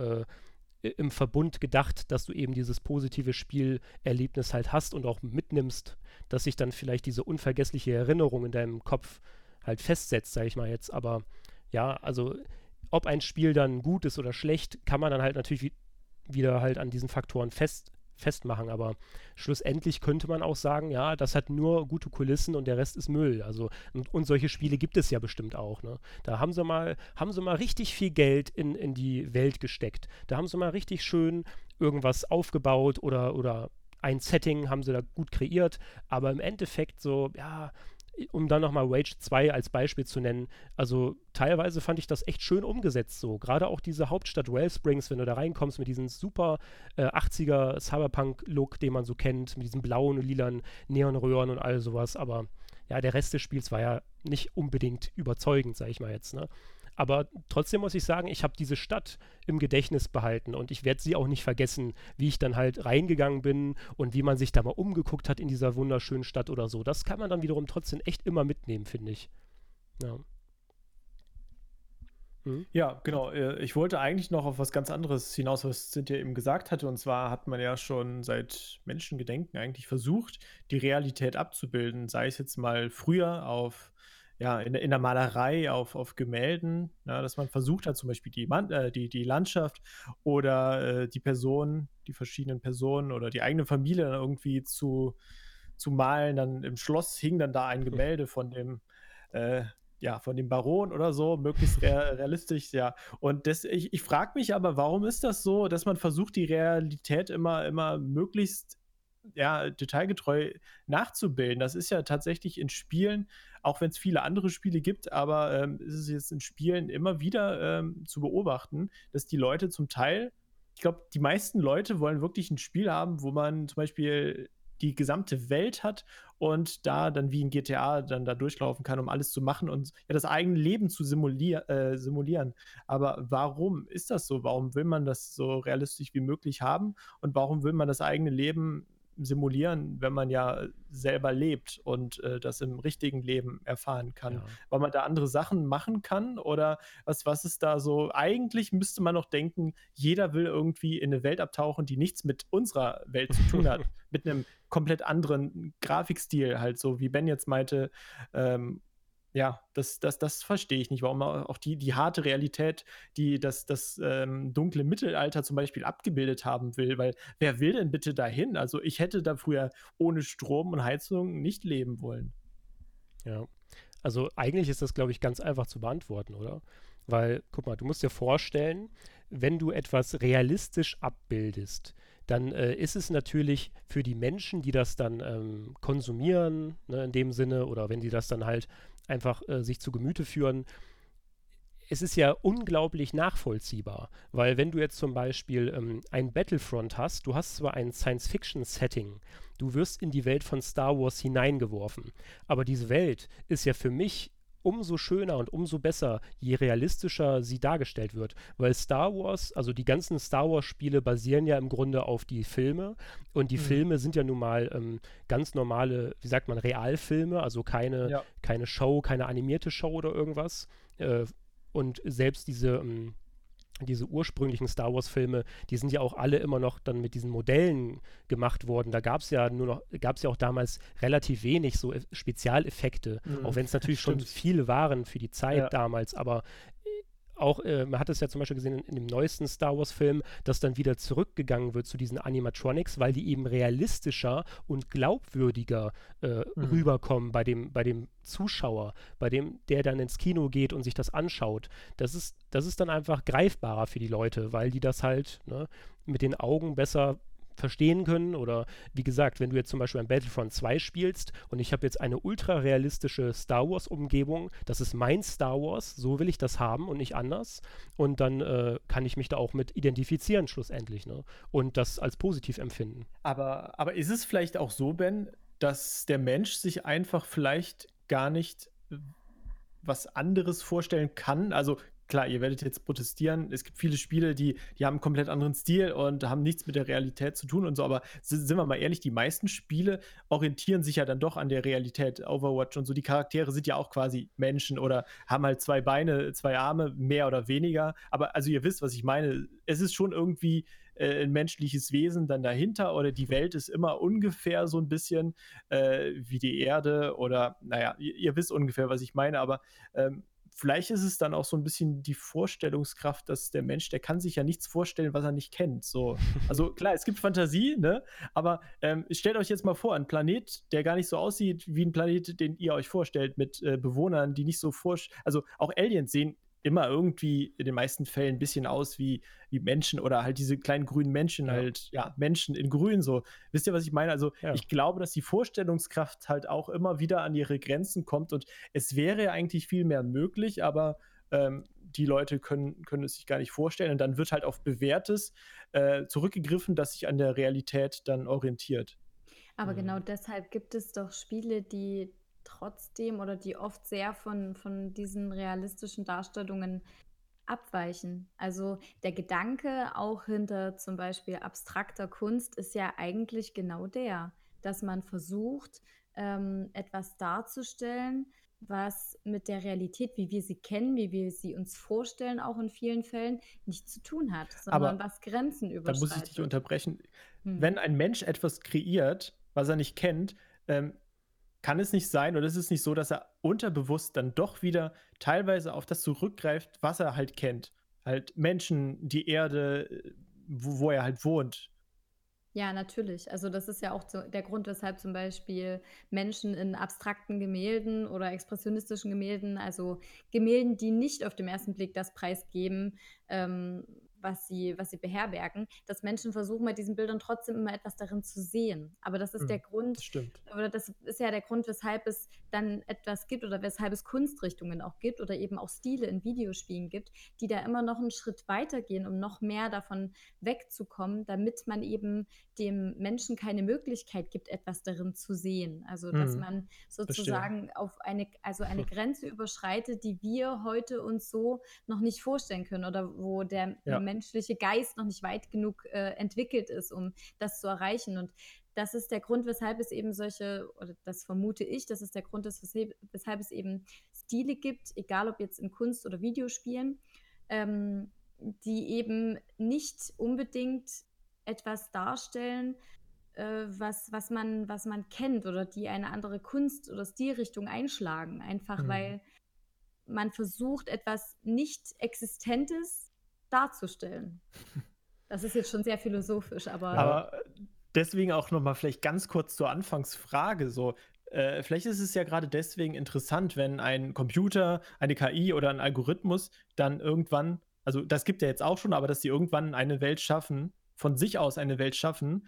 im Verbund gedacht, dass du eben dieses positive Spielerlebnis halt hast und auch mitnimmst, dass sich dann vielleicht diese unvergessliche Erinnerung in deinem Kopf halt festsetzt, sage ich mal jetzt. Aber ja, also ob ein Spiel dann gut ist oder schlecht, kann man dann halt natürlich wieder halt an diesen Faktoren festmachen. Aber schlussendlich könnte man auch sagen, ja, das hat nur gute Kulissen und der Rest ist Müll. Also, und solche Spiele gibt es ja bestimmt auch, ne? Da haben sie mal richtig viel Geld in die Welt gesteckt. Da haben sie mal richtig schön irgendwas aufgebaut oder ein Setting haben sie da gut kreiert, aber im Endeffekt so, ja, um dann nochmal Rage 2 als Beispiel zu nennen, also teilweise fand ich das echt schön umgesetzt so. Gerade auch diese Hauptstadt Wellsprings, wenn du da reinkommst mit diesem super 80er Cyberpunk-Look, den man so kennt, mit diesen blauen und lilanen Neonröhren und all sowas. Aber ja, der Rest des Spiels war ja nicht unbedingt überzeugend, sag ich mal jetzt, ne? Aber trotzdem muss ich sagen, ich habe diese Stadt im Gedächtnis behalten und ich werde sie auch nicht vergessen, wie ich dann halt reingegangen bin und wie man sich da mal umgeguckt hat in dieser wunderschönen Stadt oder so. Das kann man dann wiederum trotzdem echt immer mitnehmen, finde ich. Ja. Mhm. Ja, genau. Ich wollte eigentlich noch auf was ganz anderes hinaus, was Cynthia eben gesagt hatte. Und zwar hat man ja schon seit Menschengedenken eigentlich versucht, die Realität abzubilden. Sei es jetzt mal früher ja, in der Malerei, auf Gemälden, ja, dass man versucht hat, zum Beispiel die Landschaft oder die verschiedenen Personen oder die eigene Familie dann irgendwie zu malen. Dann im Schloss hing dann da ein Gemälde äh, von dem Baron oder so, möglichst realistisch, ja. Und ich frage mich aber, warum ist das so, dass man versucht, die Realität immer möglichst ja, detailgetreu nachzubilden? Das ist ja tatsächlich in Spielen, auch wenn es viele andere Spiele gibt, aber ist es jetzt in Spielen immer wieder zu beobachten, dass die Leute zum Teil, ich glaube, die meisten Leute wollen wirklich ein Spiel haben, wo man zum Beispiel die gesamte Welt hat und da dann wie in GTA dann da durchlaufen kann, um alles zu machen und ja, das eigene Leben zu simulieren. Aber warum ist das so? Warum will man das so realistisch wie möglich haben? Und warum will man das eigene Leben simulieren, wenn man ja selber lebt und das im richtigen Leben erfahren kann? Ja. Weil man da andere Sachen machen kann? Oder was ist da so? Eigentlich müsste man noch denken, jeder will irgendwie in eine Welt abtauchen, die nichts mit unserer Welt zu tun hat. Mit einem komplett anderen Grafikstil, halt so, wie Ben jetzt meinte. Ja, das verstehe ich nicht, warum man auch die harte Realität, die das dunkle Mittelalter zum Beispiel abgebildet haben will, weil wer will denn bitte dahin? Also ich hätte da früher ohne Strom und Heizung nicht leben wollen. Ja. Also eigentlich ist das, glaube ich, ganz einfach zu beantworten, oder? Weil, guck mal, du musst dir vorstellen, wenn du etwas realistisch abbildest, dann ist es natürlich für die Menschen, die das dann konsumieren, ne, in dem Sinne, oder wenn die das dann halt einfach sich zu Gemüte führen, es ist ja unglaublich nachvollziehbar, weil wenn du jetzt zum Beispiel ein Battlefront hast, du hast zwar ein Science-Fiction-Setting, du wirst in die Welt von Star Wars hineingeworfen, aber diese Welt ist ja für mich umso schöner und umso besser, je realistischer sie dargestellt wird. Weil Star Wars, also die ganzen Star Wars-Spiele basieren ja im Grunde auf die Filme. Und die Filme sind ja nun mal ganz normale, wie sagt man, Realfilme, also keine Show, keine animierte Show oder irgendwas. Und selbst diese ursprünglichen Star Wars-Filme, die sind ja auch alle immer noch dann mit diesen Modellen gemacht worden. Da gab's ja auch damals relativ wenig so Spezialeffekte, auch wenn es natürlich schon viele waren für die Zeit damals, aber auch, man hat es ja zum Beispiel gesehen in dem neuesten Star Wars-Film, dass dann wieder zurückgegangen wird zu diesen Animatronics, weil die eben realistischer und glaubwürdiger rüberkommen bei dem Zuschauer, der dann ins Kino geht und sich das anschaut. Das ist dann einfach greifbarer für die Leute, weil die das halt, ne, mit den Augen besser verstehen können. Oder wie gesagt, wenn du jetzt zum Beispiel ein Battlefront 2 spielst und ich habe jetzt eine ultra realistische Star Wars Umgebung, das ist mein Star Wars, so will ich das haben und nicht anders, und dann kann ich mich da auch mit identifizieren schlussendlich, ne? Und das als positiv empfinden. Aber ist es vielleicht auch so, Ben, dass der Mensch sich einfach vielleicht gar nicht was anderes vorstellen kann? Also klar, ihr werdet jetzt protestieren. Es gibt viele Spiele, die haben einen komplett anderen Stil und haben nichts mit der Realität zu tun und so. Aber sind wir mal ehrlich, die meisten Spiele orientieren sich ja dann doch an der Realität. Overwatch und so, die Charaktere sind ja auch quasi Menschen oder haben halt 2 Beine, 2 Arme, mehr oder weniger. Aber also ihr wisst, was ich meine. Es ist schon irgendwie ein menschliches Wesen dann dahinter, oder die Welt ist immer ungefähr so ein bisschen wie die Erde, oder naja, ihr wisst ungefähr, was ich meine, aber vielleicht ist es dann auch so ein bisschen die Vorstellungskraft, dass der Mensch, der kann sich ja nichts vorstellen, was er nicht kennt. So. Also klar, es gibt Fantasie, ne? Aber stellt euch jetzt mal vor, ein Planet, der gar nicht so aussieht wie ein Planet, den ihr euch vorstellt, mit Bewohnern, die nicht so also auch Aliens sehen immer irgendwie in den meisten Fällen ein bisschen aus wie Menschen, oder halt diese kleinen grünen Menschen, halt, ja, Menschen in grün, so. Wisst ihr, was ich meine? Also ich glaube, dass die Vorstellungskraft halt auch immer wieder an ihre Grenzen kommt, und es wäre ja eigentlich viel mehr möglich, aber die Leute können es sich gar nicht vorstellen, und dann wird halt auf Bewährtes zurückgegriffen, das sich an der Realität dann orientiert. Aber genau deshalb gibt es doch Spiele, die trotzdem oder die oft sehr von diesen realistischen Darstellungen abweichen. Also der Gedanke auch hinter zum Beispiel abstrakter Kunst ist ja eigentlich genau der, dass man versucht, etwas darzustellen, was mit der Realität, wie wir sie kennen, wie wir sie uns vorstellen, auch in vielen Fällen nichts zu tun hat, sondern Aber was Grenzen da muss ich dich überschreitet. unterbrechen. Hm. Wenn ein Mensch etwas kreiert, was er nicht kennt, kann es nicht sein, oder ist es nicht so, dass er unterbewusst dann doch wieder teilweise auf das zurückgreift, was er halt kennt? Halt Menschen, die Erde, wo er halt wohnt. Ja, natürlich. Also das ist ja auch so der Grund, weshalb zum Beispiel Menschen in abstrakten Gemälden oder expressionistischen Gemälden, also Gemälden, die nicht auf den ersten Blick das preisgeben, was sie beherbergen, dass Menschen versuchen, bei diesen Bildern trotzdem immer etwas darin zu sehen. Aber das ist der Das Grund, stimmt. oder das ist ja der Grund, weshalb es dann etwas gibt oder weshalb es Kunstrichtungen auch gibt oder eben auch Stile in Videospielen gibt, die da immer noch einen Schritt weitergehen, um noch mehr davon wegzukommen, damit man eben dem Menschen keine Möglichkeit gibt, etwas darin zu sehen. Also, dass man Verstehe. sozusagen eine Grenze überschreitet, die wir heute uns so noch nicht vorstellen können, oder wo der Ja. menschliche Geist noch nicht weit genug entwickelt ist, um das zu erreichen. Und das ist der Grund, weshalb es eben oder das vermute ich, dass es der Grund ist, weshalb es eben Stile gibt, egal ob jetzt in Kunst oder Videospielen, die eben nicht unbedingt etwas darstellen, was man kennt, oder die eine andere Kunst- oder Stilrichtung einschlagen. Einfach weil man versucht, etwas Nicht-Existentes darzustellen. Das ist jetzt schon sehr philosophisch, aber Aber deswegen auch noch mal vielleicht ganz kurz zur Anfangsfrage so. Vielleicht ist es ja gerade deswegen interessant, wenn ein Computer, eine KI oder ein Algorithmus dann irgendwann, also das gibt ja jetzt auch schon, aber dass sie irgendwann eine Welt schaffen, von sich aus eine Welt schaffen,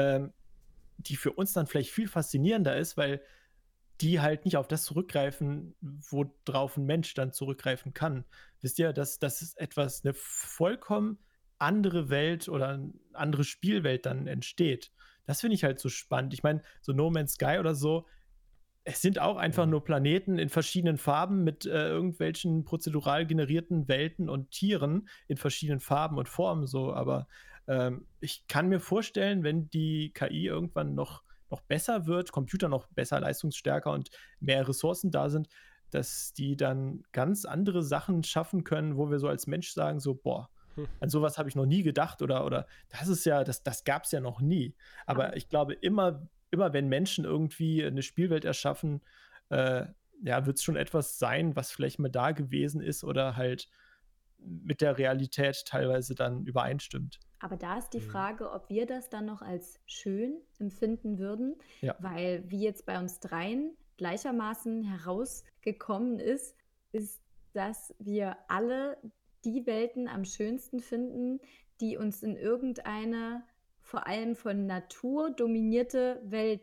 die für uns dann vielleicht viel faszinierender ist, weil die halt nicht auf das zurückgreifen, worauf ein Mensch dann zurückgreifen kann. Wisst ihr, dass eine vollkommen andere Welt oder eine andere Spielwelt dann entsteht. Das finde ich halt so spannend. Ich meine, so No Man's Sky oder so, es sind auch einfach Ja. nur Planeten in verschiedenen Farben mit irgendwelchen prozedural generierten Welten und Tieren in verschiedenen Farben und Formen so. Aber ich kann mir vorstellen, wenn die KI irgendwann noch besser wird, Computer noch besser, leistungsstärker und mehr Ressourcen da sind, dass die dann ganz andere Sachen schaffen können, wo wir so als Mensch sagen, so, boah, Hm. an sowas habe ich noch nie gedacht oder das ist ja, das gab es ja noch nie. Aber Aber ich glaube, immer wenn Menschen irgendwie eine Spielwelt erschaffen, äh, ja, wird es schon etwas sein, was vielleicht mal da gewesen ist oder halt mit der Realität teilweise dann übereinstimmt. Aber da ist die Mhm. Frage, ob wir das dann noch als schön empfinden würden, Ja. weil wie jetzt bei uns dreien gleichermaßen herausgekommen ist, dass wir alle die Welten am schönsten finden, die uns in irgendeine vor allem von Natur dominierte Welt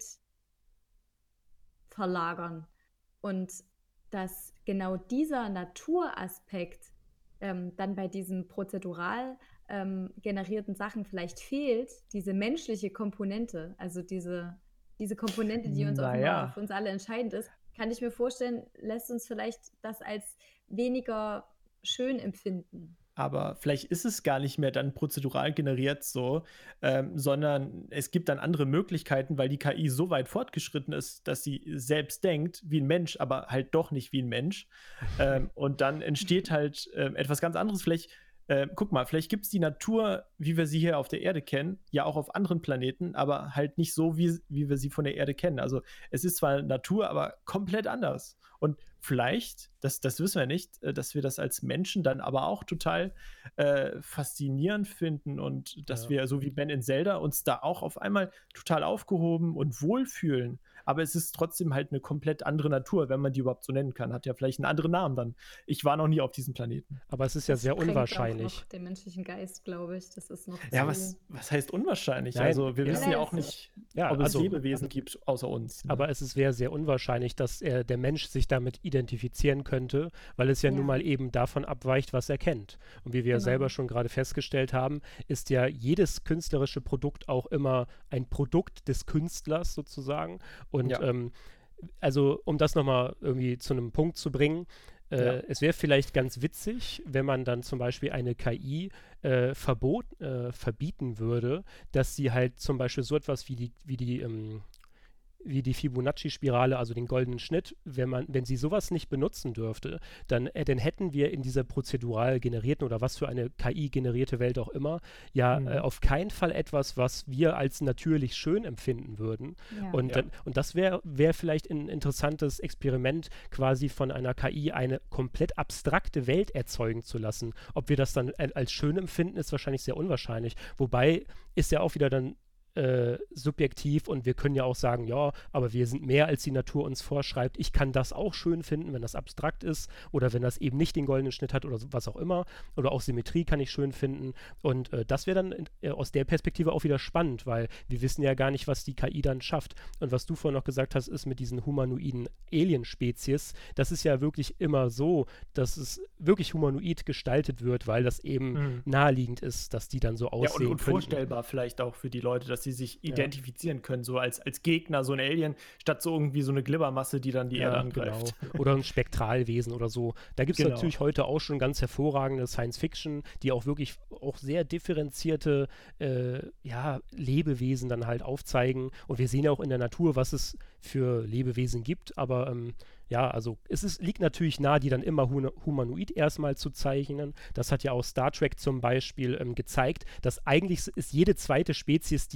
verlagern. Und dass genau dieser Naturaspekt dann bei diesen prozedural generierten Sachen vielleicht fehlt, diese menschliche Komponente, also diese Komponente, die uns offenbar für Naja, uns alle entscheidend ist, kann ich mir vorstellen, lässt uns vielleicht das als weniger schön empfinden. aber vielleicht ist es gar nicht mehr dann prozedural generiert so, sondern es gibt dann andere Möglichkeiten, weil die KI so weit fortgeschritten ist, dass sie selbst denkt wie ein Mensch, aber halt doch nicht wie ein Mensch. Und dann entsteht halt etwas ganz anderes. Vielleicht, guck mal, vielleicht gibt es die Natur, wie wir sie hier auf der Erde kennen, ja auch auf anderen Planeten, aber halt nicht so, wie wir sie von der Erde kennen. Also es ist zwar Natur, aber komplett anders. Und vielleicht, das wissen wir nicht, dass wir das als Menschen dann aber auch total faszinierend finden und dass Ja. wir, so wie Ben in Zelda, uns da auch auf einmal total aufgehoben und wohlfühlen. Aber es ist trotzdem halt eine komplett andere Natur, wenn man die überhaupt so nennen kann. Hat ja vielleicht einen anderen Namen dann. Ich war noch nie auf diesem Planeten. Aber es ist ja Das sehr sprengt auch unwahrscheinlich. noch den menschlichen Geist, glaube ich. Das ist noch Ja, zu. was heißt unwahrscheinlich? Nein, Also wir ja. wissen ja Nein, auch nicht, Ja, ob es also, Lebewesen gibt außer uns. Ne? aber es wäre sehr unwahrscheinlich, dass der Mensch sich damit identifizieren könnte, weil es ja nun Ja, mal eben davon abweicht, was er kennt. Und wie wir ja selber genau. schon gerade festgestellt haben, ist ja jedes künstlerische Produkt auch immer ein Produkt des Künstlers sozusagen. Und Ja, also um das nochmal irgendwie zu einem Punkt zu bringen, ja. es wäre vielleicht ganz witzig, wenn man dann zum Beispiel eine KI verbieten würde, dass sie halt zum Beispiel so etwas wie die Fibonacci-Spirale, also den goldenen Schnitt, wenn sie sowas nicht benutzen dürfte, dann hätten wir in dieser prozedural generierten oder was für eine KI-generierte Welt auch immer, ja Mhm. auf keinen Fall etwas, was wir als natürlich schön empfinden würden. Ja. Und, Ja. und das wäre vielleicht ein interessantes Experiment, quasi von einer KI eine komplett abstrakte Welt erzeugen zu lassen. Ob wir das dann als schön empfinden, ist wahrscheinlich sehr unwahrscheinlich. Wobei ist ja auch wieder dann subjektiv und wir können ja auch sagen, ja, aber wir sind mehr, als die Natur uns vorschreibt. Ich kann das auch schön finden, wenn das abstrakt ist oder wenn das eben nicht den goldenen Schnitt hat oder was auch immer. Oder auch Symmetrie kann ich schön finden. Und das wäre dann aus der Perspektive auch wieder spannend, weil wir wissen ja gar nicht, was die KI dann schafft. Und was du vorhin noch gesagt hast, ist mit diesen humanoiden Alien-Spezies, das ist ja wirklich immer so, dass es wirklich humanoid gestaltet wird, weil das eben Mhm. naheliegend ist, dass die dann so Ja, aussehen und könnten. vorstellbar vielleicht auch für die Leute, dass sie sich Ja. identifizieren können, so als Gegner, so ein Alien, statt so irgendwie so eine Glibbermasse, die dann die Erde Ja, angreift. genau. Oder ein Spektralwesen oder so. Da gibt es Genau. natürlich heute auch schon ganz hervorragende Science-Fiction, die auch wirklich auch sehr differenzierte ja, Lebewesen dann halt aufzeigen. Und wir sehen ja auch in der Natur, was es für Lebewesen gibt. Aber ja, also liegt natürlich nahe, die dann immer humanoid erstmal zu zeichnen. Das hat ja auch Star Trek zum Beispiel gezeigt, dass eigentlich ist jede zweite Spezies,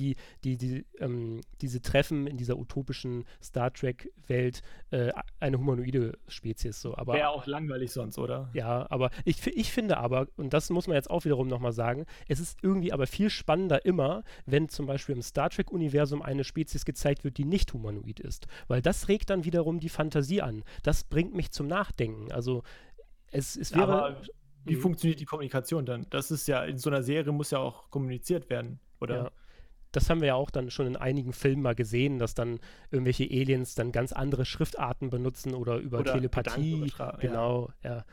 diese treffen in dieser utopischen Star Trek-Welt, eine humanoide Spezies. So. Aber Wäre auch langweilig sonst, oder? ja, aber ich finde aber, und das muss man jetzt auch wiederum nochmal sagen, es ist irgendwie aber viel spannender immer, wenn zum Beispiel im Star Trek-Universum eine Spezies gezeigt wird, die nicht humanoid ist. Weil das regt dann wiederum die Fantasie an. Das bringt mich zum Nachdenken. Also es wäre. Aber wie funktioniert die Kommunikation dann? Das ist ja, in so einer Serie muss ja auch kommuniziert werden, oder? Ja. Das haben wir ja auch dann schon in einigen Filmen mal gesehen, dass dann irgendwelche Aliens dann ganz andere Schriftarten benutzen oder über Oder Telepathie. Gedanken übertragen, ja. Genau, ja.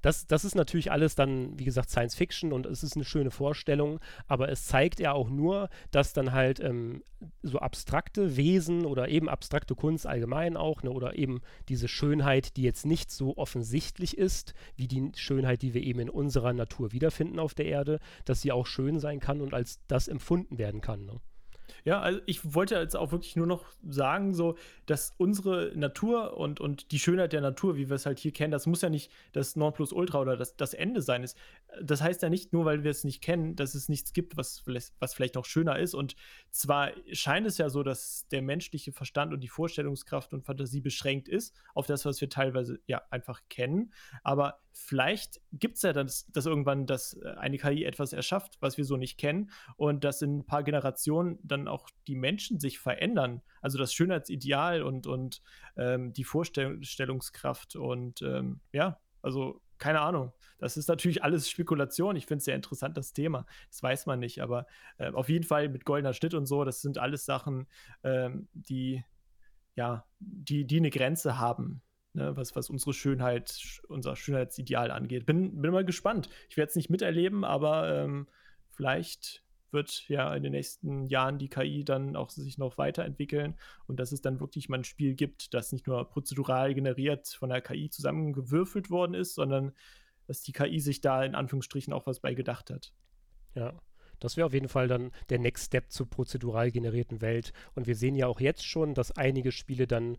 das ist natürlich alles dann, wie gesagt, Science Fiction und es ist eine schöne Vorstellung, aber es zeigt ja auch nur, dass dann halt so abstrakte Wesen oder eben abstrakte Kunst allgemein auch, ne, oder eben diese Schönheit, die jetzt nicht so offensichtlich ist, wie die Schönheit, die wir eben in unserer Natur wiederfinden auf der Erde, dass sie auch schön sein kann und als das empfunden werden kann. Ne? Ja, also ich wollte jetzt auch wirklich nur noch sagen, so, dass unsere Natur und die Schönheit der Natur, wie wir es halt hier kennen, das muss ja nicht das Nonplusultra oder das Ende sein. Das heißt ja nicht nur, weil wir es nicht kennen, dass es nichts gibt, was vielleicht noch schöner ist. Und zwar scheint es ja so, dass der menschliche Verstand und die Vorstellungskraft und Fantasie beschränkt ist auf das, was wir teilweise ja einfach kennen. Aber vielleicht gibt es ja dann dass irgendwann eine KI etwas erschafft, was wir so nicht kennen und dass in ein paar Generationen dann auch die Menschen sich verändern. Also das Schönheitsideal und die Vorstellungskraft und ja, also keine Ahnung. Das ist natürlich alles Spekulation. Ich finde es sehr interessant, das Thema. Das weiß man nicht, aber auf jeden Fall mit goldener Schnitt und so, das sind alles Sachen, die ja, die eine Grenze haben, ne, was unsere Schönheit, unser Schönheitsideal angeht. Bin mal gespannt. Ich werde es nicht miterleben, aber vielleicht wird ja in den nächsten Jahren die KI dann auch sich noch weiterentwickeln und dass es dann wirklich mal ein Spiel gibt, das nicht nur prozedural generiert von der KI zusammengewürfelt worden ist, sondern dass die KI sich da in Anführungsstrichen auch was bei gedacht hat. Ja, das wäre auf jeden Fall dann der Next Step zur prozedural generierten Welt. Und wir sehen ja auch jetzt schon, dass einige Spiele dann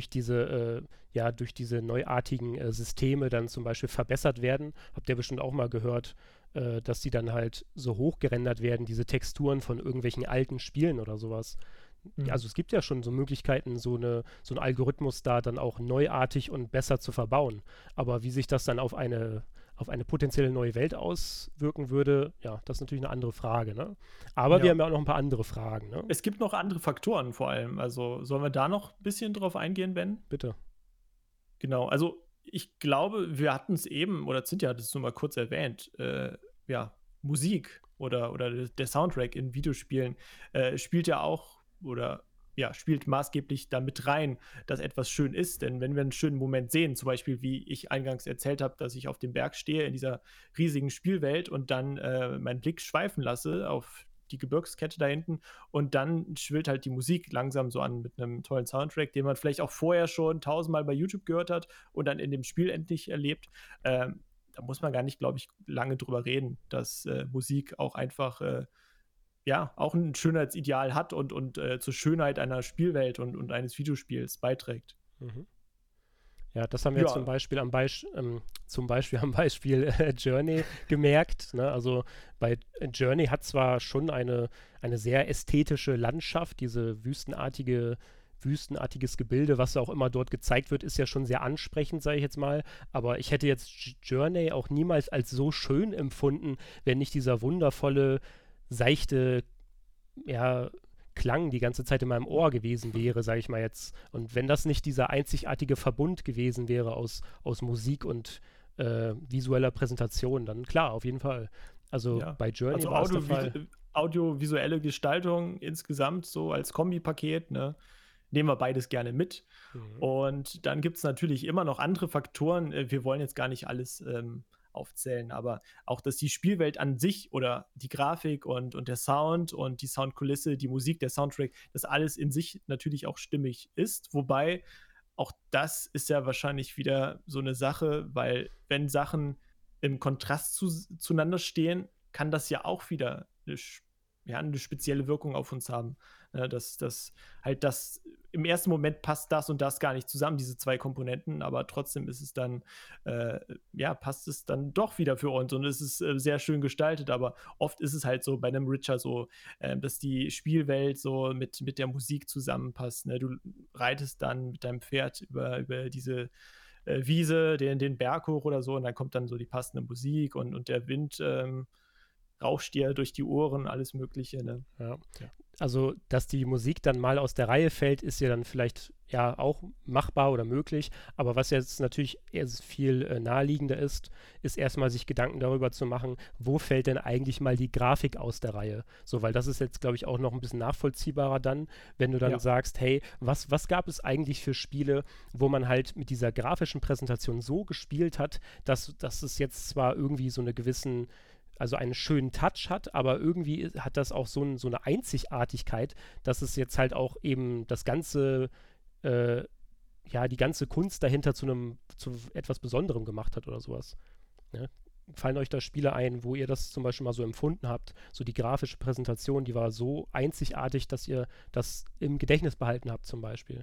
durch diese neuartigen Systeme dann zum Beispiel verbessert werden. Habt ihr bestimmt auch mal gehört, dass die dann halt so hoch gerendert werden, diese Texturen von irgendwelchen alten Spielen oder sowas. Ja, also es gibt ja schon so Möglichkeiten, so einen Algorithmus da dann auch neuartig und besser zu verbauen. Aber wie sich das dann auf eine potenzielle neue Welt auswirken würde, ja, das ist natürlich eine andere Frage, ne? Aber Ja. wir haben ja auch noch ein paar andere Fragen, ne? Es gibt noch andere Faktoren vor allem. Also sollen wir da noch ein bisschen drauf eingehen, Ben? Bitte. Genau, also ich glaube, wir hatten es eben, oder Cynthia hat es nur mal kurz erwähnt, ja, Musik oder der Soundtrack in Videospielen spielt ja auch oder ja, spielt maßgeblich damit rein, dass etwas schön ist. Denn wenn wir einen schönen Moment sehen, zum Beispiel, wie ich eingangs erzählt habe, dass ich auf dem Berg stehe in dieser riesigen Spielwelt und dann meinen Blick schweifen lasse auf die Gebirgskette da hinten und dann schwillt halt die Musik langsam so an mit einem tollen Soundtrack, den man vielleicht auch vorher schon tausendmal bei YouTube gehört hat und dann in dem Spiel endlich erlebt. Da muss man gar nicht, glaube ich, lange drüber reden, dass Musik auch einfach ja, auch ein Schönheitsideal hat und zur Schönheit einer Spielwelt und eines Videospiels beiträgt. Mhm. Ja, das haben wir Ja, zum Beispiel am Beispiel Journey gemerkt. Ne? Also bei Journey hat zwar schon eine sehr ästhetische Landschaft, diese wüstenartiges Gebilde, was auch immer dort gezeigt wird, ist ja schon sehr ansprechend, sage ich jetzt mal. Aber ich hätte jetzt Journey auch niemals als so schön empfunden, wenn nicht dieser wundervolle, seichte, ja, Klang die ganze Zeit in meinem Ohr gewesen wäre, sage ich mal jetzt. Und wenn das nicht dieser einzigartige Verbund gewesen wäre aus Musik und visueller Präsentation, dann klar, auf jeden Fall. Also ja. bei Journey Also war es der Fall. audiovisuelle Gestaltung insgesamt so als Kombipaket, ne? Nehmen wir beides gerne mit. Mhm. Und dann gibt es natürlich immer noch andere Faktoren. Wir wollen jetzt gar nicht alles aufzählen, aber auch, dass die Spielwelt an sich oder die Grafik und der Sound und die Soundkulisse, die Musik, der Soundtrack, das alles in sich natürlich auch stimmig ist. Wobei auch das ist ja wahrscheinlich wieder so eine Sache, weil wenn Sachen im Kontrast zueinander stehen, kann das ja auch wieder eine spezielle Wirkung auf uns haben. Dass halt das im ersten Moment passt das und das gar nicht zusammen, diese zwei Komponenten, aber trotzdem ist es dann, ja, passt es dann doch wieder für uns und es ist sehr schön gestaltet, aber oft ist es halt so bei einem Witcher so, dass die Spielwelt so mit der Musik zusammenpasst. Ne? Du reitest dann mit deinem Pferd über diese Wiese, den Berg hoch oder so und dann kommt dann so die passende Musik und der Wind rauscht dir durch die Ohren, alles Mögliche. Ne? Ja. Ja. also, dass die Musik dann mal aus der Reihe fällt, ist ja dann vielleicht ja auch machbar oder möglich. Aber was jetzt natürlich eher viel naheliegender ist erstmal sich Gedanken darüber zu machen, wo fällt denn eigentlich mal die Grafik aus der Reihe? So, weil das ist jetzt, glaube ich, auch noch ein bisschen nachvollziehbarer dann, wenn du dann Ja. sagst, hey, was gab es eigentlich für Spiele, wo man halt mit dieser grafischen Präsentation so gespielt hat, dass es jetzt zwar irgendwie so also einen schönen Touch hat, aber irgendwie hat das auch so eine Einzigartigkeit, dass es jetzt halt auch eben das ganze, äh, ja, die ganze Kunst dahinter zu etwas Besonderem gemacht hat oder sowas. Ne? Fallen euch da Spiele ein, wo ihr das zum Beispiel mal so empfunden habt? So die grafische Präsentation, die war so einzigartig, dass ihr das im Gedächtnis behalten habt, zum Beispiel.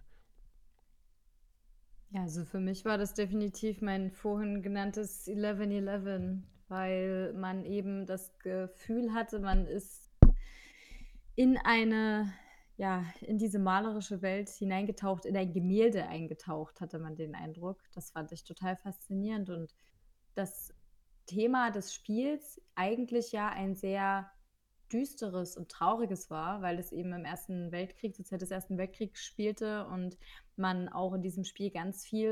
Ja, also für mich war das definitiv mein vorhin genanntes 11.11, weil man eben das Gefühl hatte, man ist in eine, ja, in diese malerische Welt hineingetaucht, in ein Gemälde eingetaucht, hatte man den Eindruck. Das fand ich total faszinierend und das Thema des Spiels eigentlich ja ein sehr düsteres und trauriges war, weil es eben im Ersten Weltkrieg, zur Zeit des Ersten Weltkriegs spielte und man auch in diesem Spiel ganz viel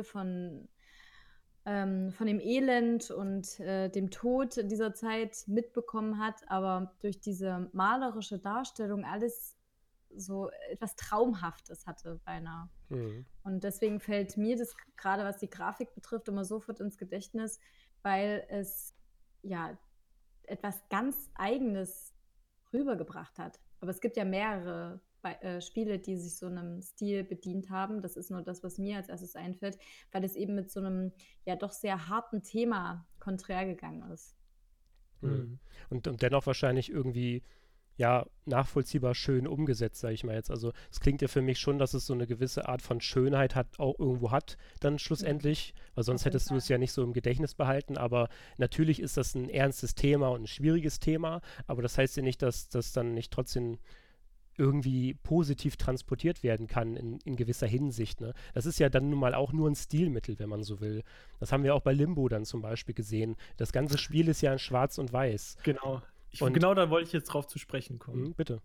von dem Elend und dem Tod in dieser Zeit mitbekommen hat, aber durch diese malerische Darstellung alles so etwas Traumhaftes hatte beinahe. Mhm. Und deswegen fällt mir das gerade, was die Grafik betrifft, immer sofort ins Gedächtnis, weil es ja etwas ganz Eigenes rübergebracht hat. Aber es gibt ja mehrere Spiele, die sich so einem Stil bedient haben. Das ist nur das, was mir als erstes einfällt, weil es eben mit so einem ja doch sehr harten Thema konträr gegangen ist. Mhm. Mhm. Und dennoch wahrscheinlich irgendwie ja, nachvollziehbar schön umgesetzt, sage ich mal jetzt. Also es klingt ja für mich schon, dass es so eine gewisse Art von Schönheit hat, auch irgendwo hat, dann schlussendlich, weil Auf sonst jeden hättest du es Fall. ja nicht so im Gedächtnis behalten. Aber natürlich ist das ein ernstes Thema und ein schwieriges Thema, aber das heißt ja nicht, dass das dann nicht trotzdem irgendwie positiv transportiert werden kann in gewisser Hinsicht. Ne? Das ist ja dann nun mal auch nur ein Stilmittel, wenn man so will. Das haben wir auch bei Limbo dann zum Beispiel gesehen. Das ganze Spiel ist ja in Schwarz und Weiß. Genau. Und Genau da wollte ich jetzt drauf zu sprechen kommen. bitte.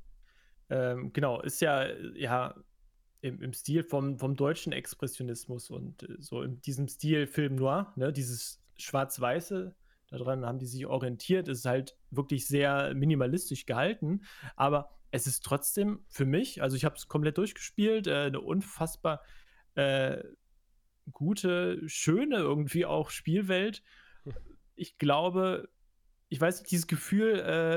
Genau, ist ja, ja im Stil vom deutschen Expressionismus und so in diesem Stil Film Noir, ne, dieses Schwarz-Weiße, daran haben die sich orientiert. Es ist halt wirklich sehr minimalistisch gehalten, aber es ist trotzdem für mich, also ich habe es komplett durchgespielt, eine unfassbar äh, gute, schöne irgendwie auch Spielwelt. Ich glaube, ich weiß nicht, dieses Gefühl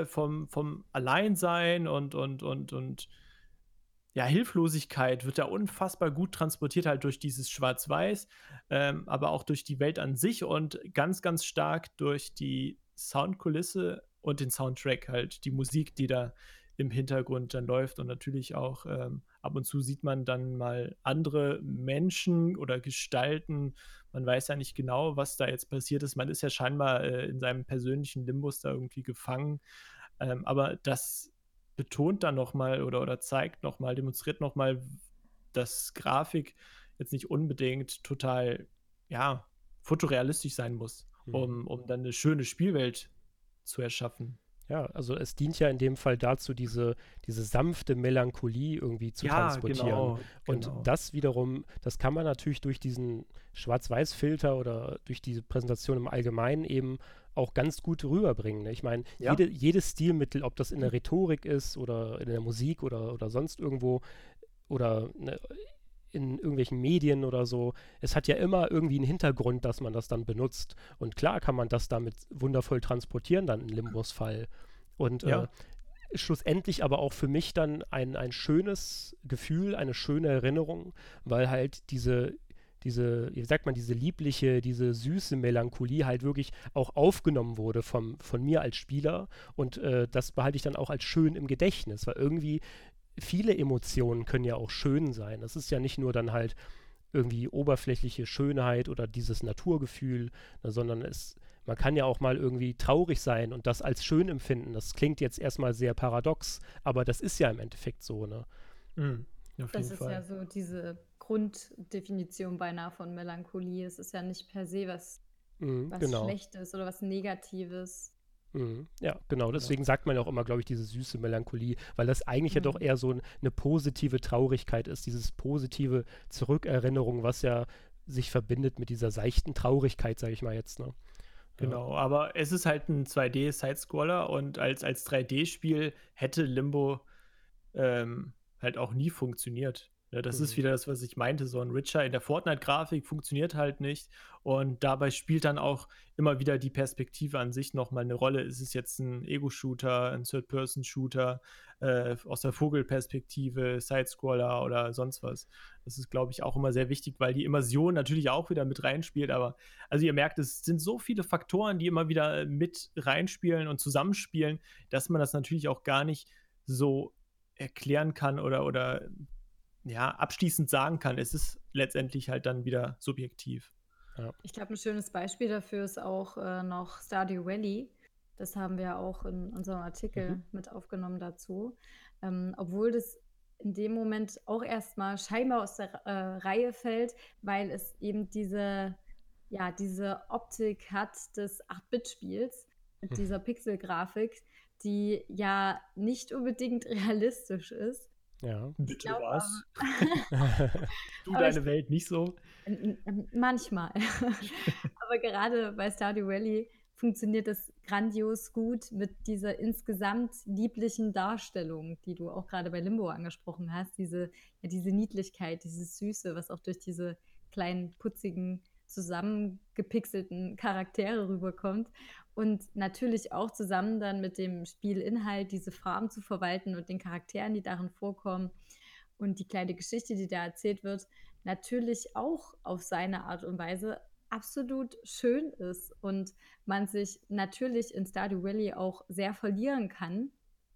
vom Alleinsein und ja, Hilflosigkeit wird da unfassbar gut transportiert, halt durch dieses Schwarz-Weiß, aber auch durch die Welt an sich und ganz, ganz stark durch die Soundkulisse und den Soundtrack halt, die Musik, die da im Hintergrund dann läuft und natürlich auch ab und zu sieht man dann mal andere Menschen oder Gestalten. Man weiß ja nicht genau, was da jetzt passiert ist. Man ist ja scheinbar in seinem persönlichen Limbus da irgendwie gefangen. Aber das betont dann noch mal oder zeigt noch mal, demonstriert noch mal, dass Grafik jetzt nicht unbedingt total, ja, fotorealistisch sein muss, Mhm. um dann eine schöne Spielwelt zu erschaffen. Ja, also es dient ja in dem Fall dazu, diese sanfte Melancholie irgendwie zu Ja, transportieren. genau, Und genau. das wiederum, das kann man natürlich durch diesen Schwarz-Weiß-Filter oder durch diese Präsentation im Allgemeinen eben auch ganz gut rüberbringen. Ne? Ich meine, Ja, jedes Stilmittel, ob das in der Rhetorik ist oder in der Musik oder sonst irgendwo oder ne, in irgendwelchen Medien oder so, es hat ja immer irgendwie einen Hintergrund, dass man das dann benutzt. Und klar kann man das damit wundervoll transportieren, dann in Limbos Fall. Und ja, schlussendlich aber auch für mich dann ein schönes Gefühl, eine schöne Erinnerung, weil halt wie sagt man, diese liebliche, diese süße Melancholie halt wirklich auch aufgenommen wurde von mir als Spieler und das behalte ich dann auch als schön im Gedächtnis, weil irgendwie viele Emotionen können ja auch schön sein. Das ist ja nicht nur dann halt irgendwie oberflächliche Schönheit oder dieses Naturgefühl, ne, sondern man kann ja auch mal irgendwie traurig sein und das als schön empfinden. Das klingt jetzt erstmal sehr paradox, aber das ist ja im Endeffekt so, ne? mhm, auf Das jeden ist ja Fall. so diese Grunddefinition beinahe von Melancholie. Es ist ja nicht per se was Mhm, was genau. Schlechtes oder was Negatives. Ja, genau. Ja. Deswegen sagt man ja auch immer, glaube ich, diese süße Melancholie, weil das eigentlich ja doch eher so eine positive Traurigkeit ist, dieses positive Zurückerinnerung, was ja sich verbindet mit dieser seichten Traurigkeit, sage ich mal jetzt, ne? Ja. Genau, aber es ist halt ein 2D-Sidescroller und als 3D-Spiel hätte Limbo halt auch nie funktioniert. Ja, das ist wieder das, was ich meinte, so ein Witcher in der Fortnite-Grafik funktioniert halt nicht und dabei spielt dann auch immer wieder die Perspektive an sich noch mal 'ne Rolle. Ist es jetzt ein Ego-Shooter, ein Third-Person-Shooter, aus der Vogelperspektive, Sidescroller oder sonst was? Das ist, glaube ich, auch immer sehr wichtig, weil die Immersion natürlich auch wieder mit reinspielt, aber also, ihr merkt, es sind so viele Faktoren, die immer wieder mit reinspielen und zusammenspielen, dass man das natürlich auch gar nicht so erklären kann oder ja, abschließend sagen kann. Es ist letztendlich halt dann wieder subjektiv. Ich glaube, ein schönes Beispiel dafür ist auch noch Stardew Valley. Das haben wir auch in unserem Artikel mit aufgenommen dazu. Obwohl das in dem Moment auch erstmal scheinbar aus der Reihe fällt, weil es eben diese Optik hat des 8-Bit-Spiels mit dieser Pixelgrafik, die ja nicht unbedingt realistisch ist. Ja. Bitte glaube was? Du aber ich deine Welt nicht so? Manchmal. Aber gerade bei Stardew Valley funktioniert das grandios gut mit dieser insgesamt lieblichen Darstellung, die du auch gerade bei Limbo angesprochen hast. Diese Niedlichkeit, dieses Süße, was auch durch diese kleinen, putzigen, zusammengepixelten Charaktere rüberkommt. Und natürlich auch zusammen dann mit dem Spielinhalt diese Farben zu verwalten und den Charakteren, die darin vorkommen und die kleine Geschichte, die da erzählt wird, natürlich auch auf seine Art und Weise absolut schön ist und man sich natürlich in Stardew Valley auch sehr verlieren kann.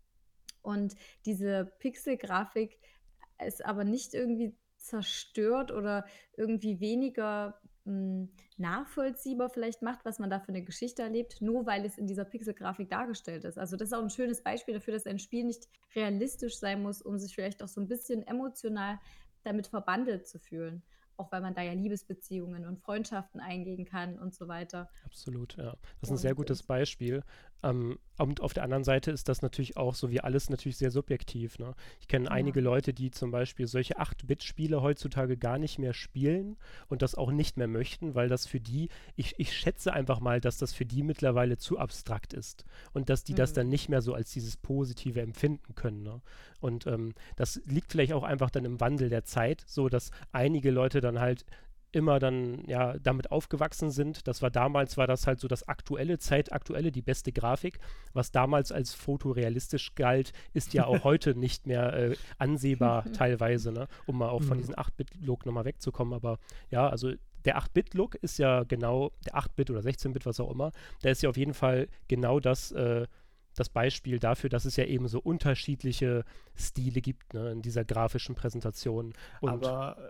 Und diese Pixelgrafik ist aber nicht irgendwie zerstört oder irgendwie weniger nachvollziehbar vielleicht macht, was man da für eine Geschichte erlebt, nur weil es in dieser Pixelgrafik dargestellt ist. Also das ist auch ein schönes Beispiel dafür, dass ein Spiel nicht realistisch sein muss, um sich vielleicht auch so ein bisschen emotional damit verbandelt zu fühlen. Auch weil man da ja Liebesbeziehungen und Freundschaften eingehen kann und so weiter. Absolut, ja. Das ist ein sehr Und gutes Beispiel. Und auf der anderen Seite ist das natürlich auch so wie alles natürlich sehr subjektiv, ne? Ich kenne einige Leute, die zum Beispiel solche 8-Bit-Spiele heutzutage gar nicht mehr spielen und das auch nicht mehr möchten, weil das für die, ich schätze einfach mal, dass das für die mittlerweile zu abstrakt ist und dass die das dann nicht mehr so als dieses Positive empfinden können, ne? Und das liegt vielleicht auch einfach dann im Wandel der Zeit, so dass einige Leute dann halt immer dann ja damit aufgewachsen sind. Damals war das halt so das Zeitaktuelle, die beste Grafik. Was damals als fotorealistisch galt, ist ja auch heute nicht mehr ansehbar teilweise, ne? Um mal auch von diesem 8-Bit-Look nochmal wegzukommen. Aber ja, also der 8-Bit-Look ist ja genau, der 8-Bit oder 16-Bit, was auch immer, der ist ja auf jeden Fall genau das Beispiel dafür, dass es ja eben so unterschiedliche Stile gibt, ne, in dieser grafischen Präsentation. Und Aber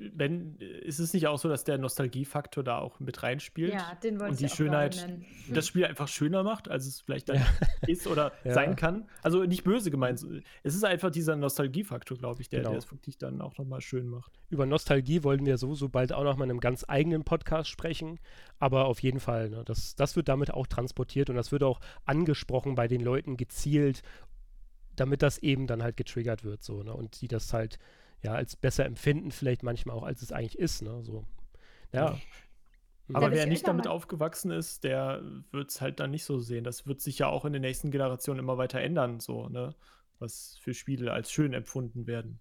ist es nicht auch so, dass der Nostalgiefaktor da auch mit reinspielt ja, den wollte und ich die auch gerade Schönheit nennen. das Spiel einfach schöner macht, als es vielleicht dann ist oder Ja. sein kann? Also nicht böse gemeint. Es ist einfach dieser Nostalgiefaktor, glaube ich, der Genau. es wirklich dann auch nochmal schön macht. über Nostalgie wollen wir so bald auch noch mal in einem ganz eigenen Podcast sprechen. Aber auf jeden Fall, ne, das wird damit auch transportiert und das wird auch angesprochen bei den Leuten gezielt, damit das eben dann halt getriggert wird, so, ne, und die das halt ja als besser empfinden, vielleicht manchmal auch, als es eigentlich ist, ne, so. Ja. Aber Darf wer ich nicht euch damit noch mal- aufgewachsen ist, der wird es halt dann nicht so sehen. Das wird sich ja auch in den nächsten Generationen immer weiter ändern, so, ne? Was für Spiele als schön empfunden werden.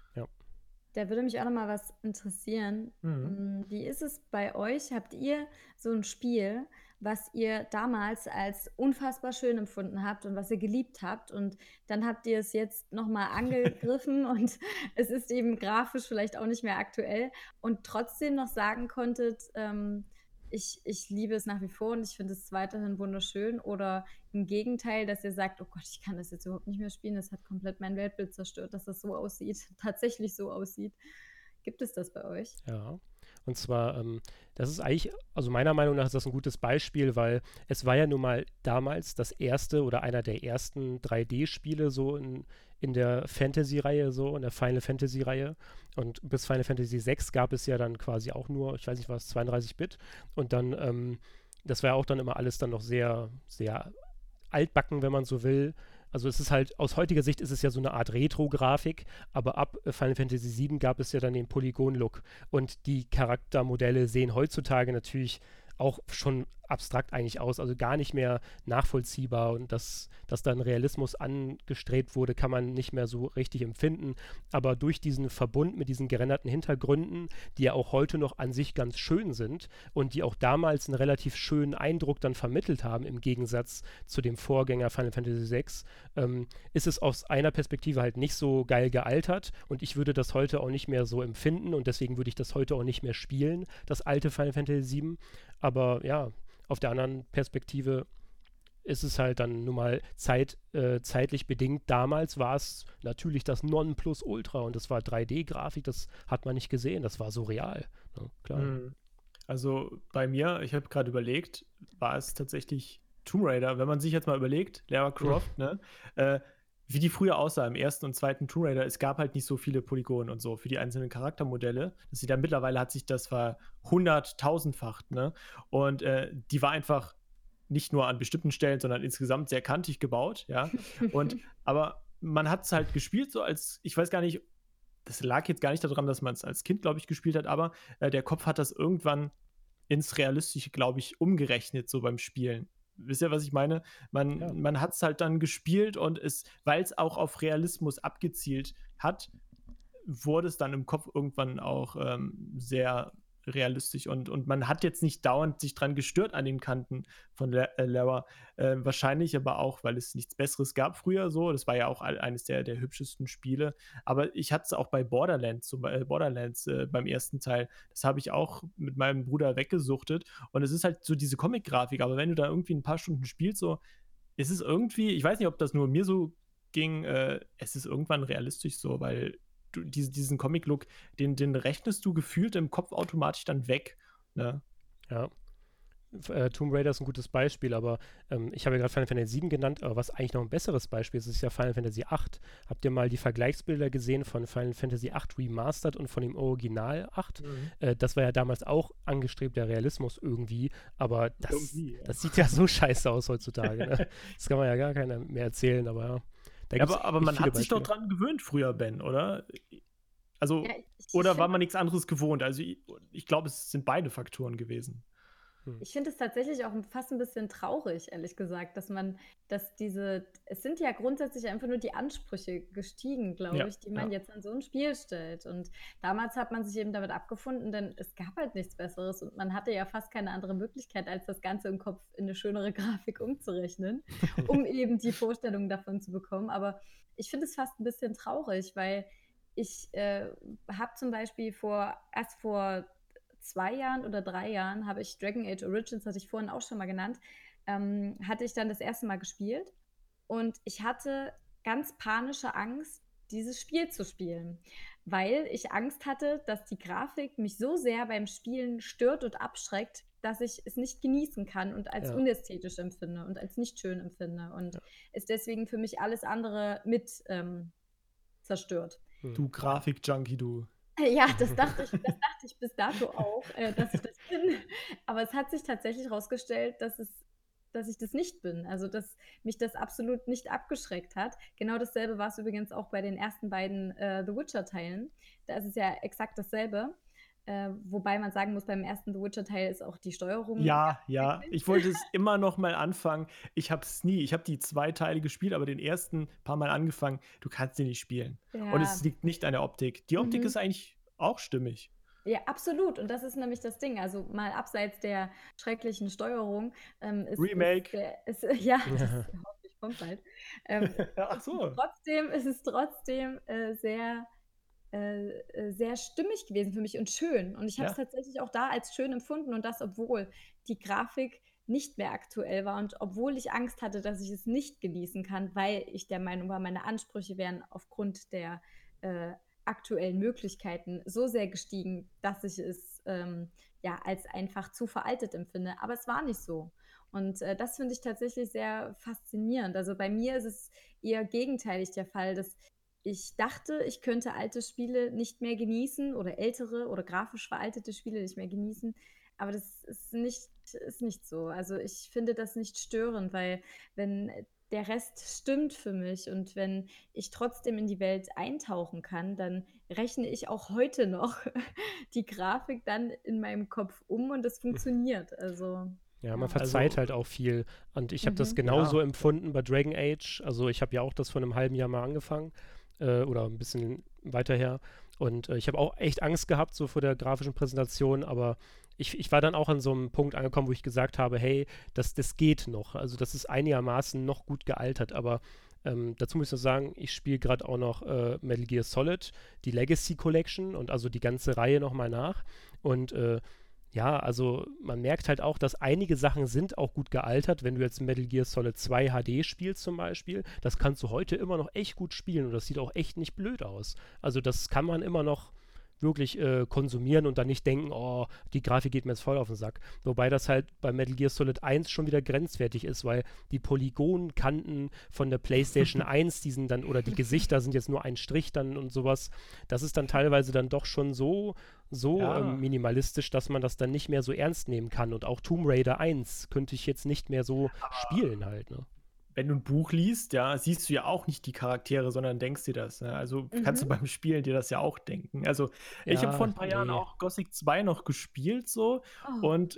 Da würde mich auch noch mal was interessieren. Wie ist es bei euch? Habt ihr so ein Spiel, was ihr damals als unfassbar schön empfunden habt und was ihr geliebt habt und dann habt ihr es jetzt noch mal angegriffen und es ist eben grafisch vielleicht auch nicht mehr aktuell und trotzdem noch sagen konntet, ich liebe es nach wie vor und ich finde es weiterhin wunderschön oder im Gegenteil, dass ihr sagt, oh Gott, ich kann das jetzt überhaupt nicht mehr spielen, das hat komplett mein Weltbild zerstört, dass das so aussieht, tatsächlich so aussieht. Gibt es das bei euch? Ja, und zwar, das ist eigentlich, also meiner Meinung nach ist das ein gutes Beispiel, weil es war ja nun mal damals das erste oder einer der ersten 3D-Spiele so in der Fantasy-Reihe, so in der Final Fantasy-Reihe. Und bis Final Fantasy 6 gab es ja dann quasi auch nur, ich weiß nicht, was, 32-Bit. Und dann, das war ja auch dann immer alles dann noch sehr, sehr altbacken, wenn man so will. Also es ist halt, aus heutiger Sicht ist es ja so eine Art Retro-Grafik, aber ab Final Fantasy VII gab es ja dann den Polygon-Look. Und die Charaktermodelle sehen heutzutage natürlich auch schon abstrakt eigentlich aus, also gar nicht mehr nachvollziehbar, und dass dann Realismus angestrebt wurde, kann man nicht mehr so richtig empfinden, aber durch diesen Verbund mit diesen gerenderten Hintergründen, die ja auch heute noch an sich ganz schön sind und die auch damals einen relativ schönen Eindruck dann vermittelt haben, im Gegensatz zu dem Vorgänger Final Fantasy VI, ist es aus einer Perspektive halt nicht so geil gealtert, und ich würde das heute auch nicht mehr so empfinden, und deswegen würde ich das heute auch nicht mehr spielen, das alte Final Fantasy VII. Aber ja, auf der anderen Perspektive ist es halt dann nun mal zeitlich bedingt. Damals war es natürlich das Nonplusultra, und das war 3D-Grafik, das hat man nicht gesehen, das war surreal. Ja, klar. Mhm. Also bei mir, ich habe gerade überlegt, war es tatsächlich Tomb Raider. Wenn man sich jetzt mal überlegt, Lara Croft, ne, wie die früher aussah im ersten und zweiten Tomb Raider, es gab halt nicht so viele Polygone und so für die einzelnen Charaktermodelle. Das sie dann mittlerweile hat sich das verhunderttausendfacht, ne? Und die war einfach nicht nur an bestimmten Stellen, sondern insgesamt sehr kantig gebaut, ja. Aber man hat es halt gespielt, so als, ich weiß gar nicht, das lag jetzt gar nicht daran, dass man es als Kind, glaube ich, gespielt hat, aber der Kopf hat das irgendwann ins Realistische, glaube ich, umgerechnet, so beim Spielen. Wisst ihr, was ich meine? Ja. Man hat es halt dann gespielt, und weil es auch auf Realismus abgezielt hat, wurde es dann im Kopf irgendwann auch sehr realistisch, und man hat jetzt nicht dauernd sich dran gestört an den Kanten von Lara. Wahrscheinlich aber auch, weil es nichts Besseres gab früher so. Das war ja auch eines der hübschesten Spiele. Aber ich hatte es auch bei Borderlands, beim ersten Teil. Das habe ich auch mit meinem Bruder weggesuchtet. Und es ist halt so diese Comic-Grafik. Aber wenn du da irgendwie ein paar Stunden spielst, so, ist es irgendwie, ich weiß nicht, ob das nur mir so ging, es ist irgendwann realistisch so, weil diesen Comic-Look, den rechnest du gefühlt im Kopf automatisch dann weg. Ne? Ja. Tomb Raider ist ein gutes Beispiel, aber ich habe ja gerade Final Fantasy VII genannt, aber was eigentlich noch ein besseres Beispiel ist, ist ja Final Fantasy VIII. Habt ihr mal die Vergleichsbilder gesehen von Final Fantasy VIII Remastered und von dem Original 8? Das war ja damals auch angestrebter Realismus irgendwie, aber das sieht ja so scheiße aus heutzutage. Ne? Das kann man ja gar keiner mehr erzählen, aber ja. Aber man hat sich doch dran gewöhnt früher, Ben, oder? Also, Ja, oder war man nichts anderes gewohnt? Also, ich glaube, es sind beide Faktoren gewesen. Ich finde es tatsächlich auch fast ein bisschen traurig, ehrlich gesagt, es sind ja grundsätzlich einfach nur die Ansprüche gestiegen, glaube Ja, ich, die man jetzt an so ein Spiel stellt. Und damals hat man sich eben damit abgefunden, denn es gab halt nichts Besseres und man hatte ja fast keine andere Möglichkeit, als das Ganze im Kopf in eine schönere Grafik umzurechnen, um eben die Vorstellung davon zu bekommen. Aber ich finde es fast ein bisschen traurig, weil ich habe zum Beispiel erst vor 2 Jahren oder 3 Jahren habe ich Dragon Age Origins, hatte ich vorhin auch schon mal genannt, hatte ich dann das erste Mal gespielt, und ich hatte ganz panische Angst, dieses Spiel zu spielen, weil ich Angst hatte, dass die Grafik mich so sehr beim Spielen stört und abschreckt, dass ich es nicht genießen kann und als unästhetisch empfinde und als nicht schön empfinde, und ist deswegen für mich alles andere mit zerstört. Du Grafik-Junkie, du. Ja, das dachte ich bis dato auch, dass ich das bin. Aber es hat sich tatsächlich herausgestellt, dass ich das nicht bin. Also, dass mich das absolut nicht abgeschreckt hat. Genau dasselbe war es übrigens auch bei den ersten beiden The Witcher-Teilen. Da ist es ja exakt dasselbe. Wobei man sagen muss, beim ersten The Witcher-Teil ist auch die Steuerung. Ja. Ich wollte es immer noch mal anfangen. Ich habe die 2 Teile gespielt, aber den ersten paar Mal angefangen. Du kannst den nicht spielen. Ja. Und es liegt nicht an der Optik. Die Optik ist eigentlich auch stimmig. Ja, absolut. Und das ist nämlich das Ding. Also mal abseits der schrecklichen Steuerung Remake. Ja, das hoffentlich kommt bald. Ach so. Es ist trotzdem sehr sehr stimmig gewesen für mich und schön. Und ich habe es tatsächlich auch da als schön empfunden, und das, obwohl die Grafik nicht mehr aktuell war und obwohl ich Angst hatte, dass ich es nicht genießen kann, weil ich der Meinung war, meine Ansprüche wären aufgrund der aktuellen Möglichkeiten so sehr gestiegen, dass ich es als einfach zu veraltet empfinde. Aber es war nicht so. Und das finde ich tatsächlich sehr faszinierend. Also bei mir ist es eher gegenteilig der Fall, dass ich dachte, ich könnte alte Spiele nicht mehr genießen oder ältere oder grafisch veraltete Spiele nicht mehr genießen, aber das ist nicht so. Also, ich finde das nicht störend, weil wenn der Rest stimmt für mich und wenn ich trotzdem in die Welt eintauchen kann, dann rechne ich auch heute noch die Grafik dann in meinem Kopf um und das funktioniert. Also, Ja, man ja. verzeiht Also, halt auch viel. Und ich habe das Mhm. genauso ja, empfunden bei Dragon Age. Also ich habe ja auch das vor einem halben Jahr mal angefangen oder ein bisschen weiter her. Und ich habe auch echt Angst gehabt, so vor der grafischen Präsentation, aber ich war dann auch an so einem Punkt angekommen, wo ich gesagt habe, hey, das geht noch. Also das ist einigermaßen noch gut gealtert, aber dazu muss ich noch sagen, ich spiele gerade auch noch Metal Gear Solid, die Legacy Collection und also die ganze Reihe nochmal nach. Und ja, also man merkt halt auch, dass einige Sachen sind auch gut gealtert. Wenn du jetzt Metal Gear Solid 2 HD spielst zum Beispiel, das kannst du heute immer noch echt gut spielen und das sieht auch echt nicht blöd aus. Also das kann man immer noch wirklich konsumieren und dann nicht denken, oh, die Grafik geht mir jetzt voll auf den Sack. Wobei das halt bei Metal Gear Solid 1 schon wieder grenzwertig ist, weil die Polygonkanten von der PlayStation 1, die sind dann, oder die Gesichter sind jetzt nur ein Strich dann und sowas, das ist dann teilweise dann doch schon so ja. minimalistisch, dass man das dann nicht mehr so ernst nehmen kann. Und auch Tomb Raider 1 könnte ich jetzt nicht mehr so spielen halt, ne? Wenn du ein Buch liest, ja, siehst du ja auch nicht die Charaktere, sondern denkst dir das, ne? Also, kannst du Mhm. beim Spielen dir das ja auch denken. Also, ich habe vor Ja, ein paar Jahren nee. auch Gothic 2 noch gespielt so Oh. und,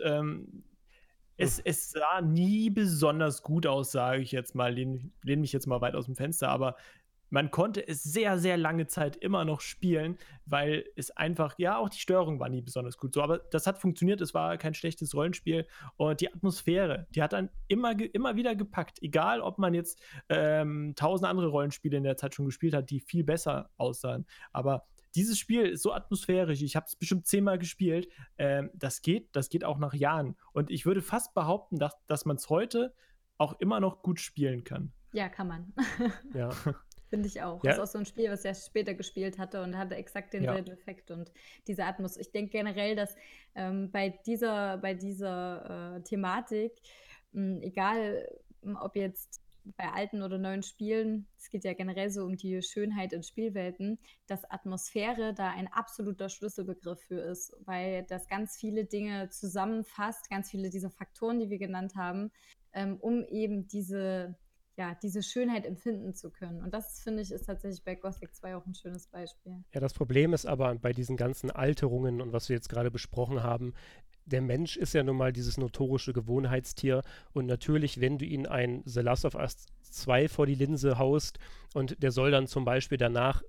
Hm. es sah nie besonders gut aus, sage ich jetzt mal, lehne mich jetzt mal weit aus dem Fenster, aber man konnte es sehr, sehr lange Zeit immer noch spielen, weil es einfach ja, auch die Steuerung war nie besonders gut so, aber das hat funktioniert, es war kein schlechtes Rollenspiel und die Atmosphäre, die hat dann immer wieder gepackt, egal ob man jetzt, 1.000 andere Rollenspiele in der Zeit schon gespielt hat, die viel besser aussahen. Aber dieses Spiel ist so atmosphärisch, ich habe es bestimmt 10-mal gespielt, das geht auch nach Jahren. Und ich würde fast behaupten, dass man es heute auch immer noch gut spielen kann. Ja, kann man. Ja. Finde ich auch. Ist Ja, auch so ein Spiel, was ich erst später gespielt hatte und hatte exakt Ja, denselben Effekt und diese Atmos. Ich denke generell, dass bei dieser Thematik, egal ob jetzt bei alten oder neuen Spielen, es geht ja generell so um die Schönheit in Spielwelten, dass Atmosphäre da ein absoluter Schlüsselbegriff für ist, weil das ganz viele Dinge zusammenfasst, ganz viele dieser Faktoren, die wir genannt haben, um eben diese Schönheit empfinden zu können. Und das, finde ich, ist tatsächlich bei Gothic 2 auch ein schönes Beispiel. ja, das Problem ist aber bei diesen ganzen Alterungen und was wir jetzt gerade besprochen haben, der Mensch ist ja nun mal dieses notorische Gewohnheitstier und natürlich, wenn du ihn ein The Last of Us 2 vor die Linse haust und der soll dann zum Beispiel danach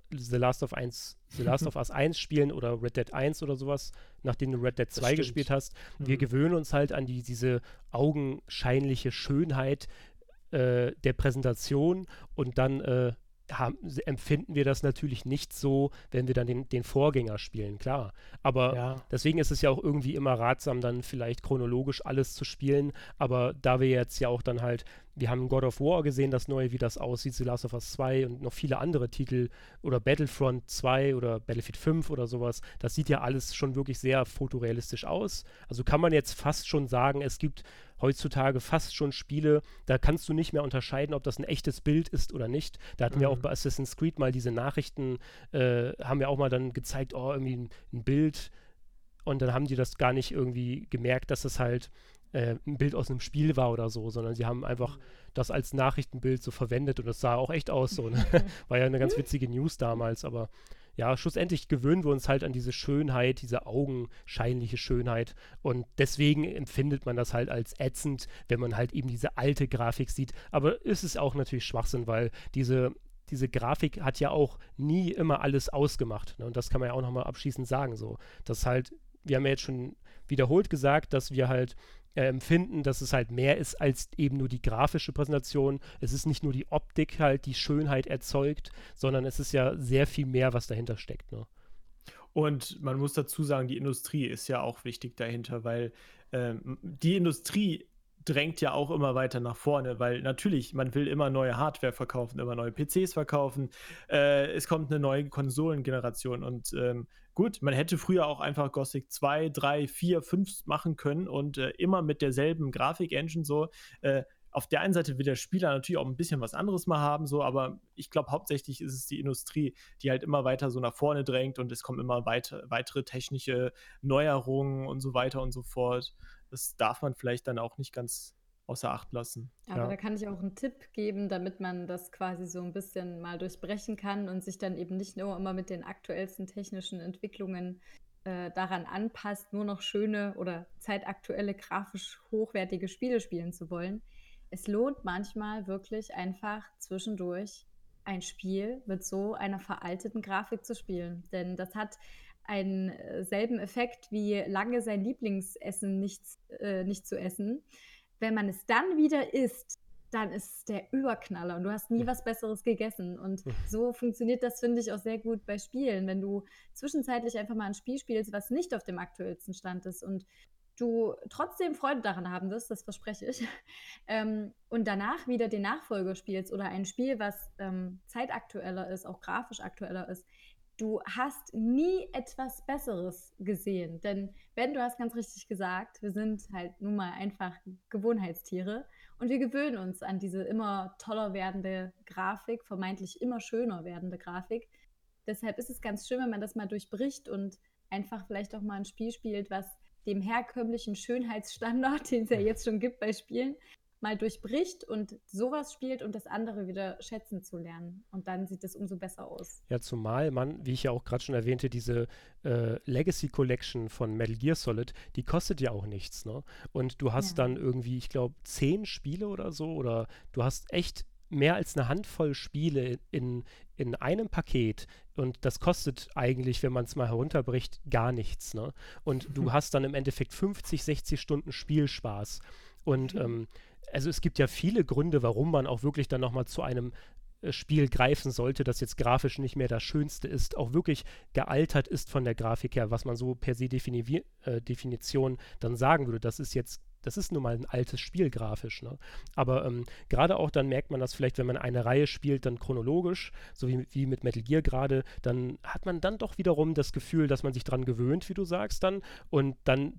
The Last of Us 1 spielen oder Red Dead 1 oder sowas, nachdem du Red Dead das 2 gespielt stimmt. hast, wir Mhm. gewöhnen uns halt an diese augenscheinliche Schönheit der Präsentation und dann empfinden wir das natürlich nicht so, wenn wir dann den Vorgänger spielen, klar. Aber Ja, deswegen ist es ja auch irgendwie immer ratsam, dann vielleicht chronologisch alles zu spielen. Aber da wir jetzt ja auch dann halt, wir haben God of War gesehen, das neue, wie das aussieht, The Last of Us 2 und noch viele andere Titel oder Battlefront 2 oder Battlefield 5 oder sowas, das sieht ja alles schon wirklich sehr fotorealistisch aus. Also kann man jetzt fast schon sagen, es gibt heutzutage fast schon Spiele, da kannst du nicht mehr unterscheiden, ob das ein echtes Bild ist oder nicht. Da hatten wir auch mhm. bei Assassin's Creed mal diese Nachrichten, haben wir auch mal dann gezeigt, oh, irgendwie ein Bild und dann haben die das gar nicht irgendwie gemerkt, dass das halt ein Bild aus einem Spiel war oder so, sondern sie haben einfach das als Nachrichtenbild so verwendet und das sah auch echt aus so. Ne? War ja eine ganz witzige News damals, aber ja, schlussendlich gewöhnen wir uns halt an diese Schönheit, diese augenscheinliche Schönheit und deswegen empfindet man das halt als ätzend, wenn man halt eben diese alte Grafik sieht. Aber es ist auch natürlich Schwachsinn, weil diese Grafik hat ja auch nie immer alles ausgemacht. Ne? Und das kann man ja auch nochmal abschließend sagen. So, dass halt, wir haben ja jetzt schon wiederholt gesagt, dass wir halt empfinden, dass es halt mehr ist als eben nur die grafische Präsentation. Es ist nicht nur die Optik halt, die Schönheit erzeugt, sondern es ist ja sehr viel mehr, was dahinter steckt. Ne? Und man muss dazu sagen, die Industrie ist ja auch wichtig dahinter, weil die Industrie drängt ja auch immer weiter nach vorne, weil natürlich, man will immer neue Hardware verkaufen, immer neue PCs verkaufen. Es kommt eine neue Konsolengeneration und gut, man hätte früher auch einfach Gothic 2, 3, 4, 5 machen können und immer mit derselben Grafik-Engine so. auf der einen Seite will der Spieler natürlich auch ein bisschen was anderes mal haben, so, aber ich glaube, hauptsächlich ist es die Industrie, die halt immer weiter so nach vorne drängt und es kommen immer weitere technische Neuerungen und so weiter und so fort. Das darf man vielleicht dann auch nicht ganz außer Acht lassen. Aber Ja. da kann ich auch einen Tipp geben, damit man das quasi so ein bisschen mal durchbrechen kann und sich dann eben nicht nur immer mit den aktuellsten technischen Entwicklungen daran anpasst, nur noch schöne oder zeitaktuelle, grafisch hochwertige Spiele spielen zu wollen. Es lohnt manchmal wirklich einfach zwischendurch ein Spiel mit so einer veralteten Grafik zu spielen. Denn das hat einen selben Effekt wie lange sein Lieblingsessen nicht zu essen. Wenn man es dann wieder isst, dann ist es der Überknaller und du hast nie was Besseres gegessen. Und so funktioniert das, finde ich, auch sehr gut bei Spielen. Wenn du zwischenzeitlich einfach mal ein Spiel spielst, was nicht auf dem aktuellsten Stand ist und du trotzdem Freude daran haben wirst, das verspreche ich, und danach wieder den Nachfolger spielst oder ein Spiel, was zeitaktueller ist, auch grafisch aktueller ist, du hast nie etwas Besseres gesehen. Denn Ben, du hast ganz richtig gesagt, wir sind halt nun mal einfach Gewohnheitstiere und wir gewöhnen uns an diese immer toller werdende Grafik, vermeintlich immer schöner werdende Grafik. Deshalb ist es ganz schön, wenn man das mal durchbricht und einfach vielleicht auch mal ein Spiel spielt, was dem herkömmlichen Schönheitsstandard, den es ja jetzt schon gibt bei Spielen, mal durchbricht und sowas spielt und das andere wieder schätzen zu lernen. Und dann sieht es umso besser aus. Ja, zumal man, wie ich ja auch gerade schon erwähnte, diese Legacy Collection von Metal Gear Solid, die kostet ja auch nichts, ne? Und du hast dann irgendwie, ich glaube, 10 Spiele oder so, oder du hast echt mehr als eine Handvoll Spiele in einem Paket und das kostet eigentlich, wenn man es mal herunterbricht, gar nichts, ne? Und du hast dann im Endeffekt 50, 60 Stunden Spielspaß. Und also es gibt ja viele Gründe, warum man auch wirklich dann nochmal zu einem Spiel greifen sollte, das jetzt grafisch nicht mehr das Schönste ist, auch wirklich gealtert ist von der Grafik her, was man so per se Definition dann sagen würde, das ist nun mal ein altes Spiel grafisch, ne? Aber gerade auch dann merkt man das vielleicht, wenn man eine Reihe spielt, dann chronologisch, so wie mit Metal Gear gerade, dann hat man dann doch wiederum das Gefühl, dass man sich dran gewöhnt, wie du sagst dann, und dann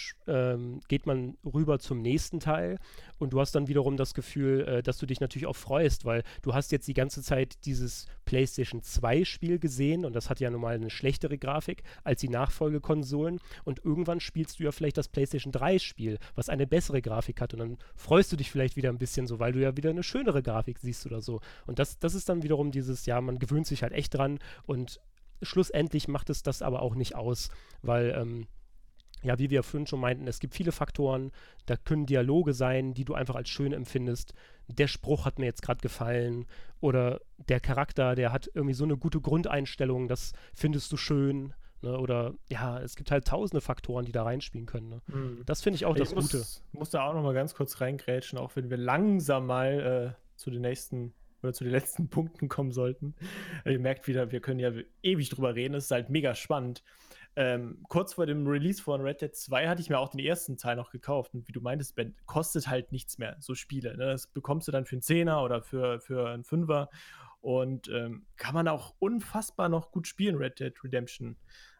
geht man rüber zum nächsten Teil und du hast dann wiederum das Gefühl, dass du dich natürlich auch freust, weil du hast jetzt die ganze Zeit dieses PlayStation 2 Spiel gesehen und das hat ja nun mal eine schlechtere Grafik als die Nachfolgekonsolen und irgendwann spielst du ja vielleicht das PlayStation 3 Spiel, was eine bessere Grafik hat und dann freust du dich vielleicht wieder ein bisschen so, weil du ja wieder eine schönere Grafik siehst oder so und das ist dann wiederum dieses, ja, man gewöhnt sich halt echt dran und schlussendlich macht es das aber auch nicht aus, weil ja, wie wir vorhin schon meinten, es gibt viele Faktoren, da können Dialoge sein, die du einfach als schön empfindest. Der Spruch hat mir jetzt gerade gefallen oder der Charakter, der hat irgendwie so eine gute Grundeinstellung, das findest du schön. Ne? Oder ja, es gibt halt tausende Faktoren, die da reinspielen können. Ne? Das finde ich auch das Gute. Ich muss da auch noch mal ganz kurz reingrätschen, auch wenn wir langsam mal zu den nächsten oder zu den letzten Punkten kommen sollten. Ihr merkt wieder, wir können ja ewig drüber reden, es ist halt mega spannend. Kurz vor dem Release von Red Dead 2 hatte ich mir auch den ersten Teil noch gekauft. Und wie du meintest, Ben, kostet halt nichts mehr, so Spiele. Ne? Das bekommst du dann für einen Zehner oder für einen Fünfer. Und kann man auch unfassbar noch gut spielen, Red Dead Redemption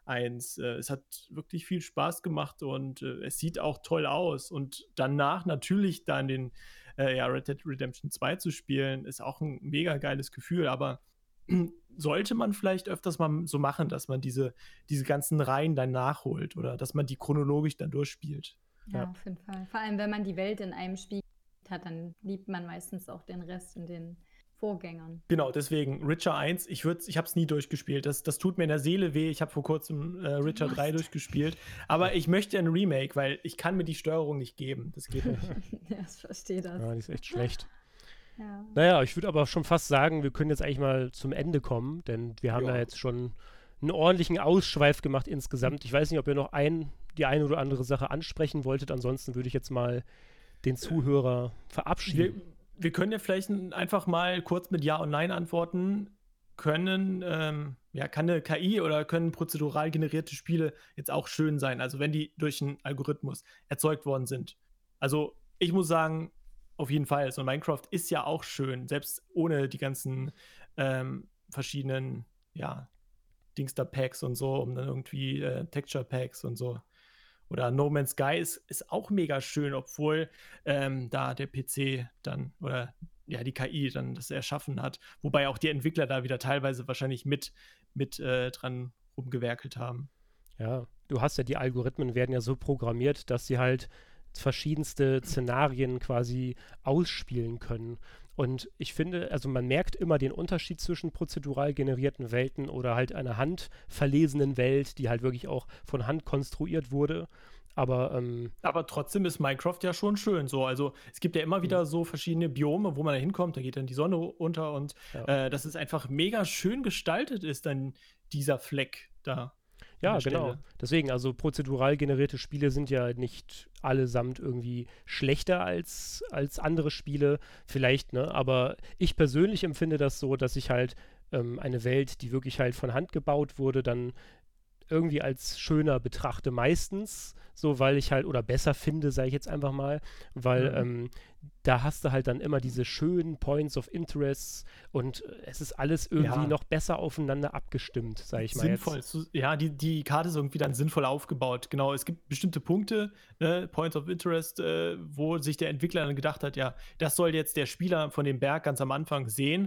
1. Es hat wirklich viel Spaß gemacht und es sieht auch toll aus. Und danach natürlich dann den Red Dead Redemption 2 zu spielen, ist auch ein mega geiles Gefühl. Aber sollte man vielleicht öfters mal so machen, dass man diese ganzen Reihen dann nachholt oder dass man die chronologisch dann durchspielt. Ja, auf jeden Fall. Vor allem, wenn man die Welt in einem Spiel hat, dann liebt man meistens auch den Rest in den Vorgängern. Genau, deswegen Witcher 1, ich habe es nie durchgespielt. Das tut mir in der Seele weh. Ich habe vor kurzem Witcher 3 durchgespielt. Aber ich möchte ein Remake, weil ich kann mir die Steuerung nicht geben. Das geht nicht. Ja, ich verstehe das. Ja, die ist echt schlecht. Ja. Naja, ich würde aber schon fast sagen, wir können jetzt eigentlich mal zum Ende kommen, denn wir haben ja jetzt schon einen ordentlichen Ausschweif gemacht insgesamt. Ich weiß nicht, ob ihr noch die eine oder andere Sache ansprechen wolltet. Ansonsten würde ich jetzt mal den Zuhörer verabschieden. Wir können ja vielleicht einfach mal kurz mit Ja und Nein antworten. Kann eine KI oder können prozedural generierte Spiele jetzt auch schön sein? Also wenn die durch einen Algorithmus erzeugt worden sind. Also ich muss sagen, auf jeden Fall. So Minecraft ist ja auch schön, selbst ohne die ganzen verschiedenen, Dingster-Packs und so, um dann irgendwie Texture-Packs und so. Oder No Man's Sky ist auch mega schön, obwohl da der PC dann oder ja, die KI dann das erschaffen hat. Wobei auch die Entwickler da wieder teilweise wahrscheinlich mit dran rumgewerkelt haben. Ja, du hast ja, die Algorithmen werden ja so programmiert, dass sie halt verschiedenste Szenarien quasi ausspielen können. Und ich finde, also man merkt immer den Unterschied zwischen prozedural generierten Welten oder halt einer handverlesenen Welt, die halt wirklich auch von Hand konstruiert wurde. Aber trotzdem ist Minecraft ja schon schön so. Also es gibt ja immer wieder so verschiedene Biome, wo man da hinkommt, da geht dann die Sonne unter und dass es einfach mega schön gestaltet ist, dann dieser Fleck da. Ja, an der genau. Stelle. Deswegen, also prozedural generierte Spiele sind ja nicht allesamt irgendwie schlechter als andere Spiele, vielleicht, ne? Aber ich persönlich empfinde das so, dass ich halt eine Welt, die wirklich halt von Hand gebaut wurde, dann irgendwie als schöner betrachte, meistens so, weil ich halt, oder besser finde, sage ich jetzt einfach mal, weil da hast du halt dann immer diese schönen Points of Interest und es ist alles irgendwie Ja. noch besser aufeinander abgestimmt, sage ich mal Sinnvoll. jetzt. Ja, die Karte ist irgendwie dann sinnvoll aufgebaut. Genau, es gibt bestimmte Punkte, ne, Points of Interest, wo sich der Entwickler dann gedacht hat, ja, das soll jetzt der Spieler von dem Berg ganz am Anfang sehen,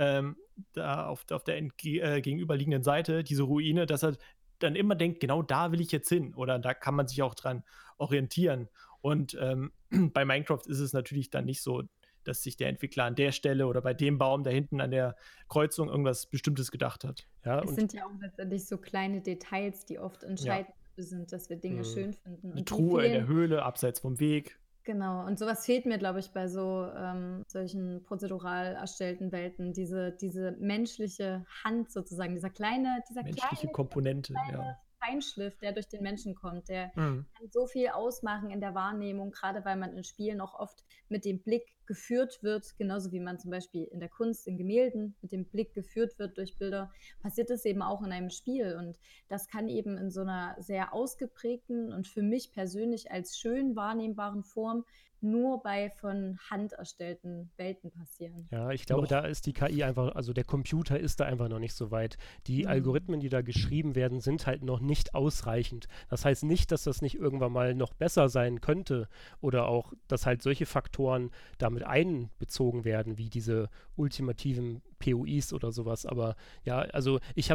da auf der gegenüberliegenden Seite, diese Ruine, dass er dann immer denkt, genau da will ich jetzt hin oder da kann man sich auch dran orientieren. Und bei Minecraft ist es natürlich dann nicht so, dass sich der Entwickler an der Stelle oder bei dem Baum da hinten an der Kreuzung irgendwas Bestimmtes gedacht hat. Ja, Es und sind ja auch letztendlich so kleine Details, die oft entscheidend sind, dass wir Dinge schön finden. Eine Und die Truhe in der fehlen, Höhle, abseits vom Weg. genau, und sowas fehlt mir, glaube ich, bei so solchen prozedural erstellten Welten. Diese menschliche Hand sozusagen, dieser Menschliche kleine Komponente, ja. Feinschliff, der durch den Menschen kommt, der Mhm. kann so viel ausmachen in der Wahrnehmung, gerade weil man in Spielen auch oft mit dem Blick geführt wird, genauso wie man zum Beispiel in der Kunst, in Gemälden mit dem Blick geführt wird durch Bilder, passiert das eben auch in einem Spiel. Und das kann eben in so einer sehr ausgeprägten und für mich persönlich als schön wahrnehmbaren Form nur bei von Hand erstellten Welten passieren. ja, ich glaube, Noch. da ist die KI einfach, also der Computer ist da einfach noch nicht so weit. Die Algorithmen, die da geschrieben werden, sind halt noch nicht ausreichend. Das heißt nicht, dass das nicht irgendwann mal noch besser sein könnte oder auch, dass halt solche Faktoren damit einbezogen werden, wie diese ultimativen POIs oder sowas. Aber ja, also ich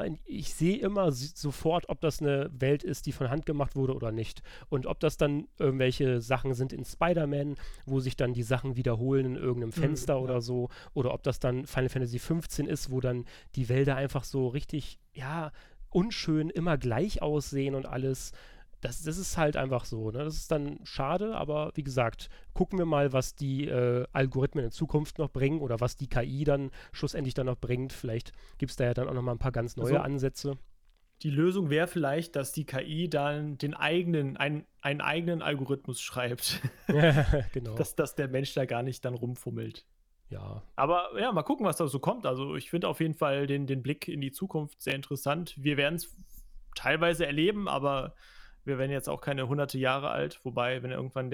sehe immer sofort, ob das eine Welt ist, die von Hand gemacht wurde oder nicht. Und ob das dann irgendwelche Sachen sind in Spider-Man, wo sich dann die Sachen wiederholen in irgendeinem Fenster oder so, oder ob das dann Final Fantasy 15 ist, wo dann die Wälder einfach so richtig, ja, unschön immer gleich aussehen und alles. Das ist halt einfach so, ne? Das ist dann schade, aber wie gesagt, gucken wir mal, was die Algorithmen in Zukunft noch bringen oder was die KI dann schlussendlich dann noch bringt. Vielleicht gibt es da ja dann auch noch mal ein paar ganz neue Also, Ansätze. die Lösung wäre vielleicht, dass die KI dann einen eigenen Algorithmus schreibt, Genau. dass der Mensch da gar nicht dann rumfummelt. Ja, Aber ja, mal gucken, was da so kommt. Also ich finde auf jeden Fall den Blick in die Zukunft sehr interessant. Wir werden es teilweise erleben, aber wir werden jetzt auch keine hunderte Jahre alt. Wobei, wenn irgendwann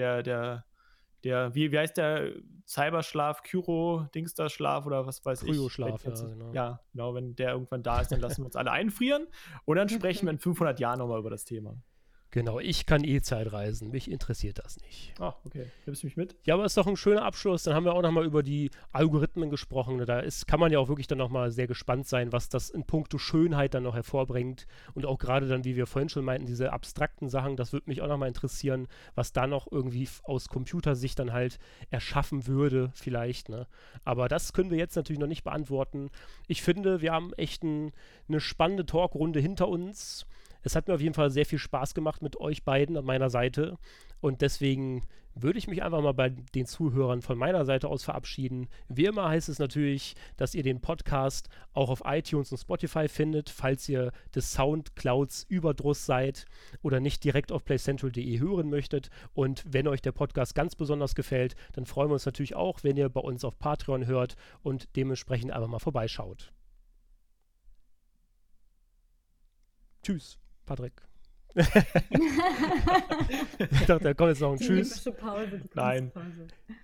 wie heißt der Cyberschlaf, Kyro-Dingster-Schlaf oder was weiß ich. Kryoschlaf, Wenn jetzt- ja, genau. Ja, genau, wenn der irgendwann da ist, dann lassen wir uns alle einfrieren und dann sprechen wir in 500 Jahren nochmal über das Thema. Genau, ich kann Zeit reisen. Mich interessiert das nicht. Ah, okay. Nimmst du mich mit? Ja, aber ist doch ein schöner Abschluss. Dann haben wir auch nochmal über die Algorithmen gesprochen. Kann man ja auch wirklich dann nochmal sehr gespannt sein, was das in puncto Schönheit dann noch hervorbringt. Und auch gerade dann, wie wir vorhin schon meinten, diese abstrakten Sachen, das würde mich auch nochmal interessieren, was da noch irgendwie aus Computersicht dann halt erschaffen würde, vielleicht, ne? Aber das können wir jetzt natürlich noch nicht beantworten. Ich finde, wir haben echt eine spannende Talkrunde hinter uns. Es hat mir auf jeden Fall sehr viel Spaß gemacht mit euch beiden an meiner Seite und deswegen würde ich mich einfach mal bei den Zuhörern von meiner Seite aus verabschieden. Wie immer heißt es natürlich, dass ihr den Podcast auch auf iTunes und Spotify findet, falls ihr des Soundclouds Überdruss seid oder nicht direkt auf playcentral.de hören möchtet. Und wenn euch der Podcast ganz besonders gefällt, dann freuen wir uns natürlich auch, wenn ihr bei uns auf Patreon hört und dementsprechend einfach mal vorbeischaut. Tschüss, Patrick. Ich dachte, da kommt jetzt noch ein Die Tschüss. epische Pause, die Nein. Kunstpause.